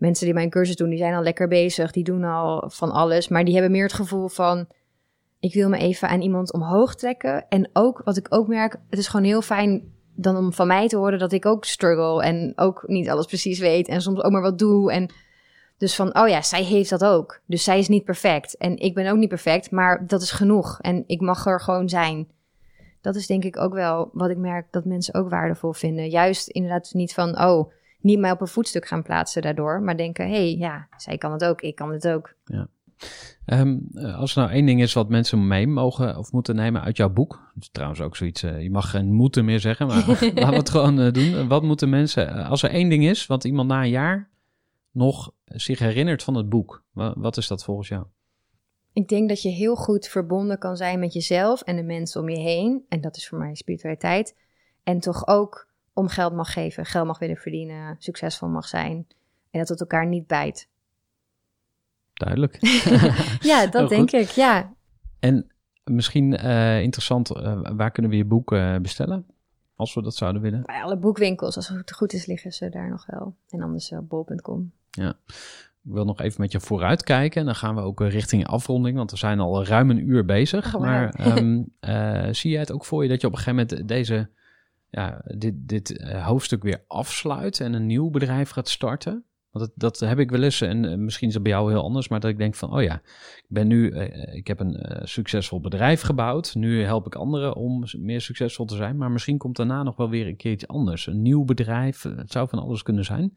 mensen die mijn cursus doen, die zijn al lekker bezig. Die doen al van alles. Maar die hebben meer het gevoel van, ik wil me even aan iemand omhoog trekken. En ook, wat ik ook merk, het is gewoon heel fijn dan om van mij te horen dat ik ook struggle. En ook niet alles precies weet. En soms ook maar wat doe. En dus van, oh ja, zij heeft dat ook. Dus zij is niet perfect. En ik ben ook niet perfect, maar dat is genoeg. En ik mag er gewoon zijn. Dat is denk ik ook wel wat ik merk dat mensen ook waardevol vinden. Juist inderdaad niet van, oh, niet mij op een voetstuk gaan plaatsen daardoor. Maar denken, hé, hey, ja, zij kan het ook, ik kan het ook. Ja. Um, als er nou één ding is wat mensen mee mogen of moeten nemen uit jouw boek. Dat is trouwens ook zoiets, uh, je mag geen moeten meer zeggen, maar laten we het gewoon uh, doen. Wat moeten mensen, uh, als er één ding is wat iemand na een jaar nog zich herinnert van het boek. Wat, wat is dat volgens jou? Ik denk dat je heel goed verbonden kan zijn met jezelf en de mensen om je heen. En dat is voor mij spiritualiteit. En toch ook om geld mag geven, geld mag willen verdienen, succesvol mag zijn. En dat het elkaar niet bijt. Duidelijk. Ja, dat denk goed. ik, ja. En misschien uh, interessant, uh, waar kunnen we je boek uh, bestellen? Als we dat zouden willen. Bij alle boekwinkels, als het goed is, liggen ze daar nog wel. En anders uh, bol punt com. Ja. Ik wil nog even met je vooruit kijken. Dan gaan we ook richting afronding, want we zijn al ruim een uur bezig. Oh, maar um, uh, zie jij het ook voor je dat je op een gegeven moment deze, ja, dit, dit uh, hoofdstuk weer afsluit en een nieuw bedrijf gaat starten? Want dat, dat heb ik wel eens, en uh, misschien is dat bij jou heel anders, maar dat ik denk van, oh ja, ik ben nu, uh, ik heb een uh, succesvol bedrijf gebouwd. Nu help ik anderen om meer succesvol te zijn, maar misschien komt daarna nog wel weer een keer iets anders. Een nieuw bedrijf, het zou van alles kunnen zijn.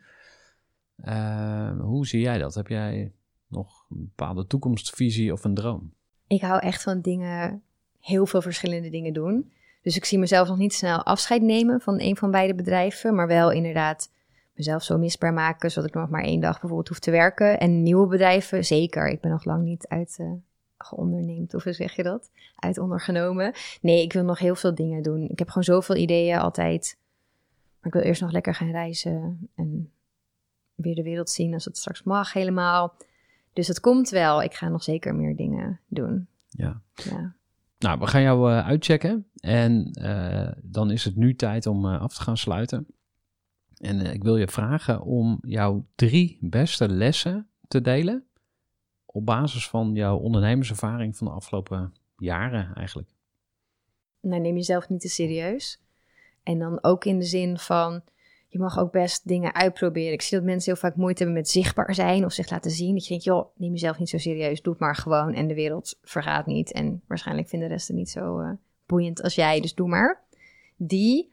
Uh, hoe zie jij dat? Heb jij nog een bepaalde toekomstvisie of een droom? Ik hou echt van dingen, heel veel verschillende dingen doen. Dus ik zie mezelf nog niet snel afscheid nemen van een van beide bedrijven, maar wel inderdaad mezelf zo misbaar maken, zodat ik nog maar één dag bijvoorbeeld hoef te werken. En nieuwe bedrijven, zeker. Ik ben nog lang niet uit uh, geonderneemd, of hoe zeg je dat? Uit ondergenomen. Nee, ik wil nog heel veel dingen doen. Ik heb gewoon zoveel ideeën altijd. Maar ik wil eerst nog lekker gaan reizen en weer de wereld zien als het straks mag helemaal. Dus het komt wel. Ik ga nog zeker meer dingen doen. Ja. Ja. Nou, we gaan jou uh, uitchecken. En uh, dan is het nu tijd om uh, af te gaan sluiten. En uh, ik wil je vragen om jouw drie beste lessen te delen op basis van jouw ondernemerservaring van de afgelopen jaren eigenlijk. Nou, neem jezelf niet te serieus. En dan ook in de zin van, je mag ook best dingen uitproberen. Ik zie dat mensen heel vaak moeite hebben met zichtbaar zijn of zich laten zien. Dat je denkt, joh, neem jezelf niet zo serieus, doe het maar gewoon. En de wereld vergaat niet. En waarschijnlijk vinden de rest het niet zo uh, boeiend als jij, dus doe maar. Die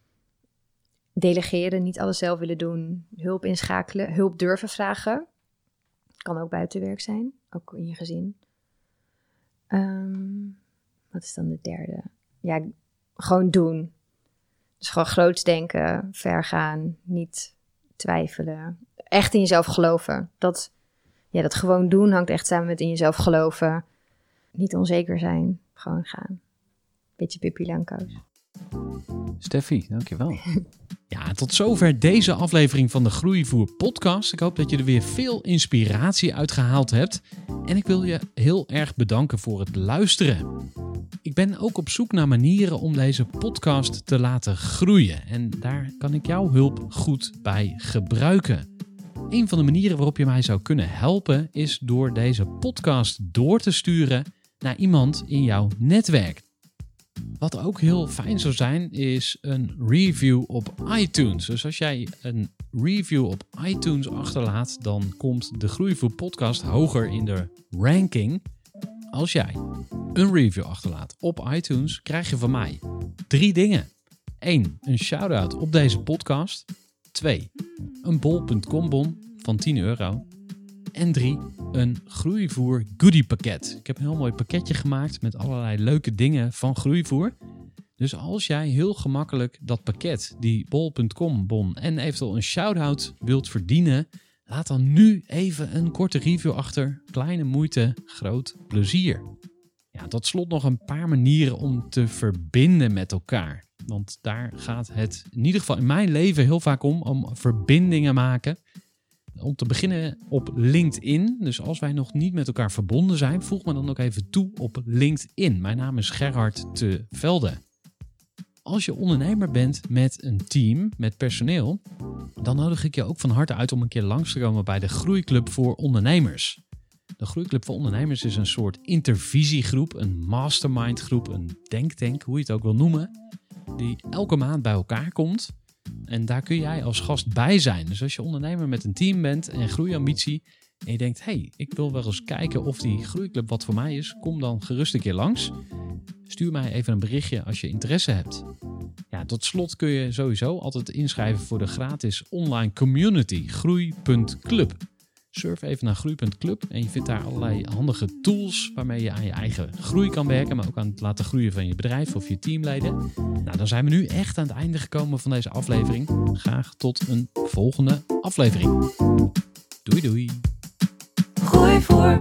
delegeren, niet alles zelf willen doen, hulp inschakelen, hulp durven vragen. Kan ook buitenwerk zijn, ook in je gezin. Um, wat is dan de derde? Ja, gewoon doen. Dus gewoon groots denken, ver gaan, niet twijfelen. Echt in jezelf geloven. Dat, ja, dat gewoon doen hangt echt samen met in jezelf geloven. Niet onzeker zijn, gewoon gaan. Beetje Pippi Langkous. Steffi, dankjewel. Ja, tot zover deze aflevering van de Groeivoer podcast. Ik hoop dat je er weer veel inspiratie uit gehaald hebt. En ik wil je heel erg bedanken voor het luisteren. Ik ben ook op zoek naar manieren om deze podcast te laten groeien. En daar kan ik jouw hulp goed bij gebruiken. Een van de manieren waarop je mij zou kunnen helpen is door deze podcast door te sturen naar iemand in jouw netwerk. Wat ook heel fijn zou zijn, is een review op iTunes. Dus als jij een review op iTunes achterlaat, dan komt de Groeivoer podcast hoger in de ranking. Als jij een review achterlaat op iTunes, krijg je van mij drie dingen. Eén, een shout-out op deze podcast. Twee, een bol punt com bon van tien euro. En drie, een Groeivoer goodie pakket. Ik heb een heel mooi pakketje gemaakt met allerlei leuke dingen van Groeivoer. Dus als jij heel gemakkelijk dat pakket, die bol punt com bon en eventueel een shout-out wilt verdienen, laat dan nu even een korte review achter. Kleine moeite, groot plezier. Ja, tot slot nog een paar manieren om te verbinden met elkaar. Want daar gaat het in ieder geval in mijn leven heel vaak om, om verbindingen maken. Om te beginnen op LinkedIn. Dus als wij nog niet met elkaar verbonden zijn, voeg me dan ook even toe op LinkedIn. Mijn naam is Gerhard te Velde. Als je ondernemer bent met een team, met personeel, Dan nodig ik je ook van harte uit om een keer langs te komen bij de Groeiclub voor Ondernemers. De Groeiclub voor Ondernemers is een soort intervisiegroep, een mastermindgroep, een denktank, hoe je het ook wil noemen, die elke maand bij elkaar komt. En daar kun jij als gast bij zijn. Dus als je ondernemer met een team bent en groeiambitie en je denkt, hé, hey, ik wil wel eens kijken of die Groeiclub wat voor mij is, kom dan gerust een keer langs. Stuur mij even een berichtje als je interesse hebt. Ja, tot slot kun je sowieso altijd inschrijven voor de gratis online community groei punt club. Surf even naar groei punt club en je vindt daar allerlei handige tools waarmee je aan je eigen groei kan werken, maar ook aan het laten groeien van je bedrijf of je teamleden. Nou, dan zijn we nu echt aan het einde gekomen van deze aflevering. Graag tot een volgende aflevering. Doei doei. Gooi voor.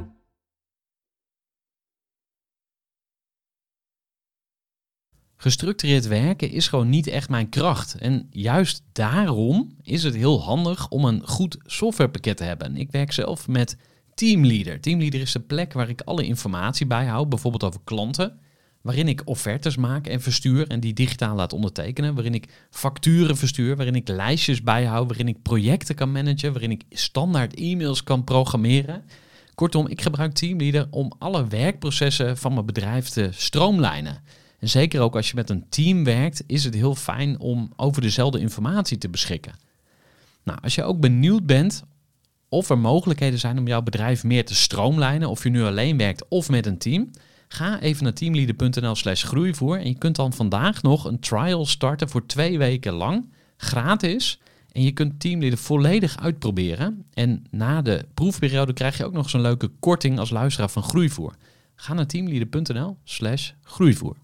Gestructureerd werken is gewoon niet echt mijn kracht. En juist daarom is het heel handig om een goed softwarepakket te hebben. Ik werk zelf met Teamleader. Teamleader is de plek waar ik alle informatie bijhoud, bijvoorbeeld over klanten, waarin ik offertes maak en verstuur en die digitaal laat ondertekenen, waarin ik facturen verstuur, waarin ik lijstjes bijhoud, waarin ik projecten kan managen, waarin ik standaard e-mails kan programmeren. Kortom, ik gebruik Teamleader om alle werkprocessen van mijn bedrijf te stroomlijnen. En zeker ook als je met een team werkt, is het heel fijn om over dezelfde informatie te beschikken. Nou, als je ook benieuwd bent of er mogelijkheden zijn om jouw bedrijf meer te stroomlijnen, of je nu alleen werkt of met een team, ga even naar teamleader punt n l slash groeivoer en je kunt dan vandaag nog een trial starten voor twee weken lang, gratis. En je kunt Teamleader volledig uitproberen. En na de proefperiode krijg je ook nog eens een leuke korting als luisteraar van Groeivoer. Ga naar teamleader punt n l slash groeivoer.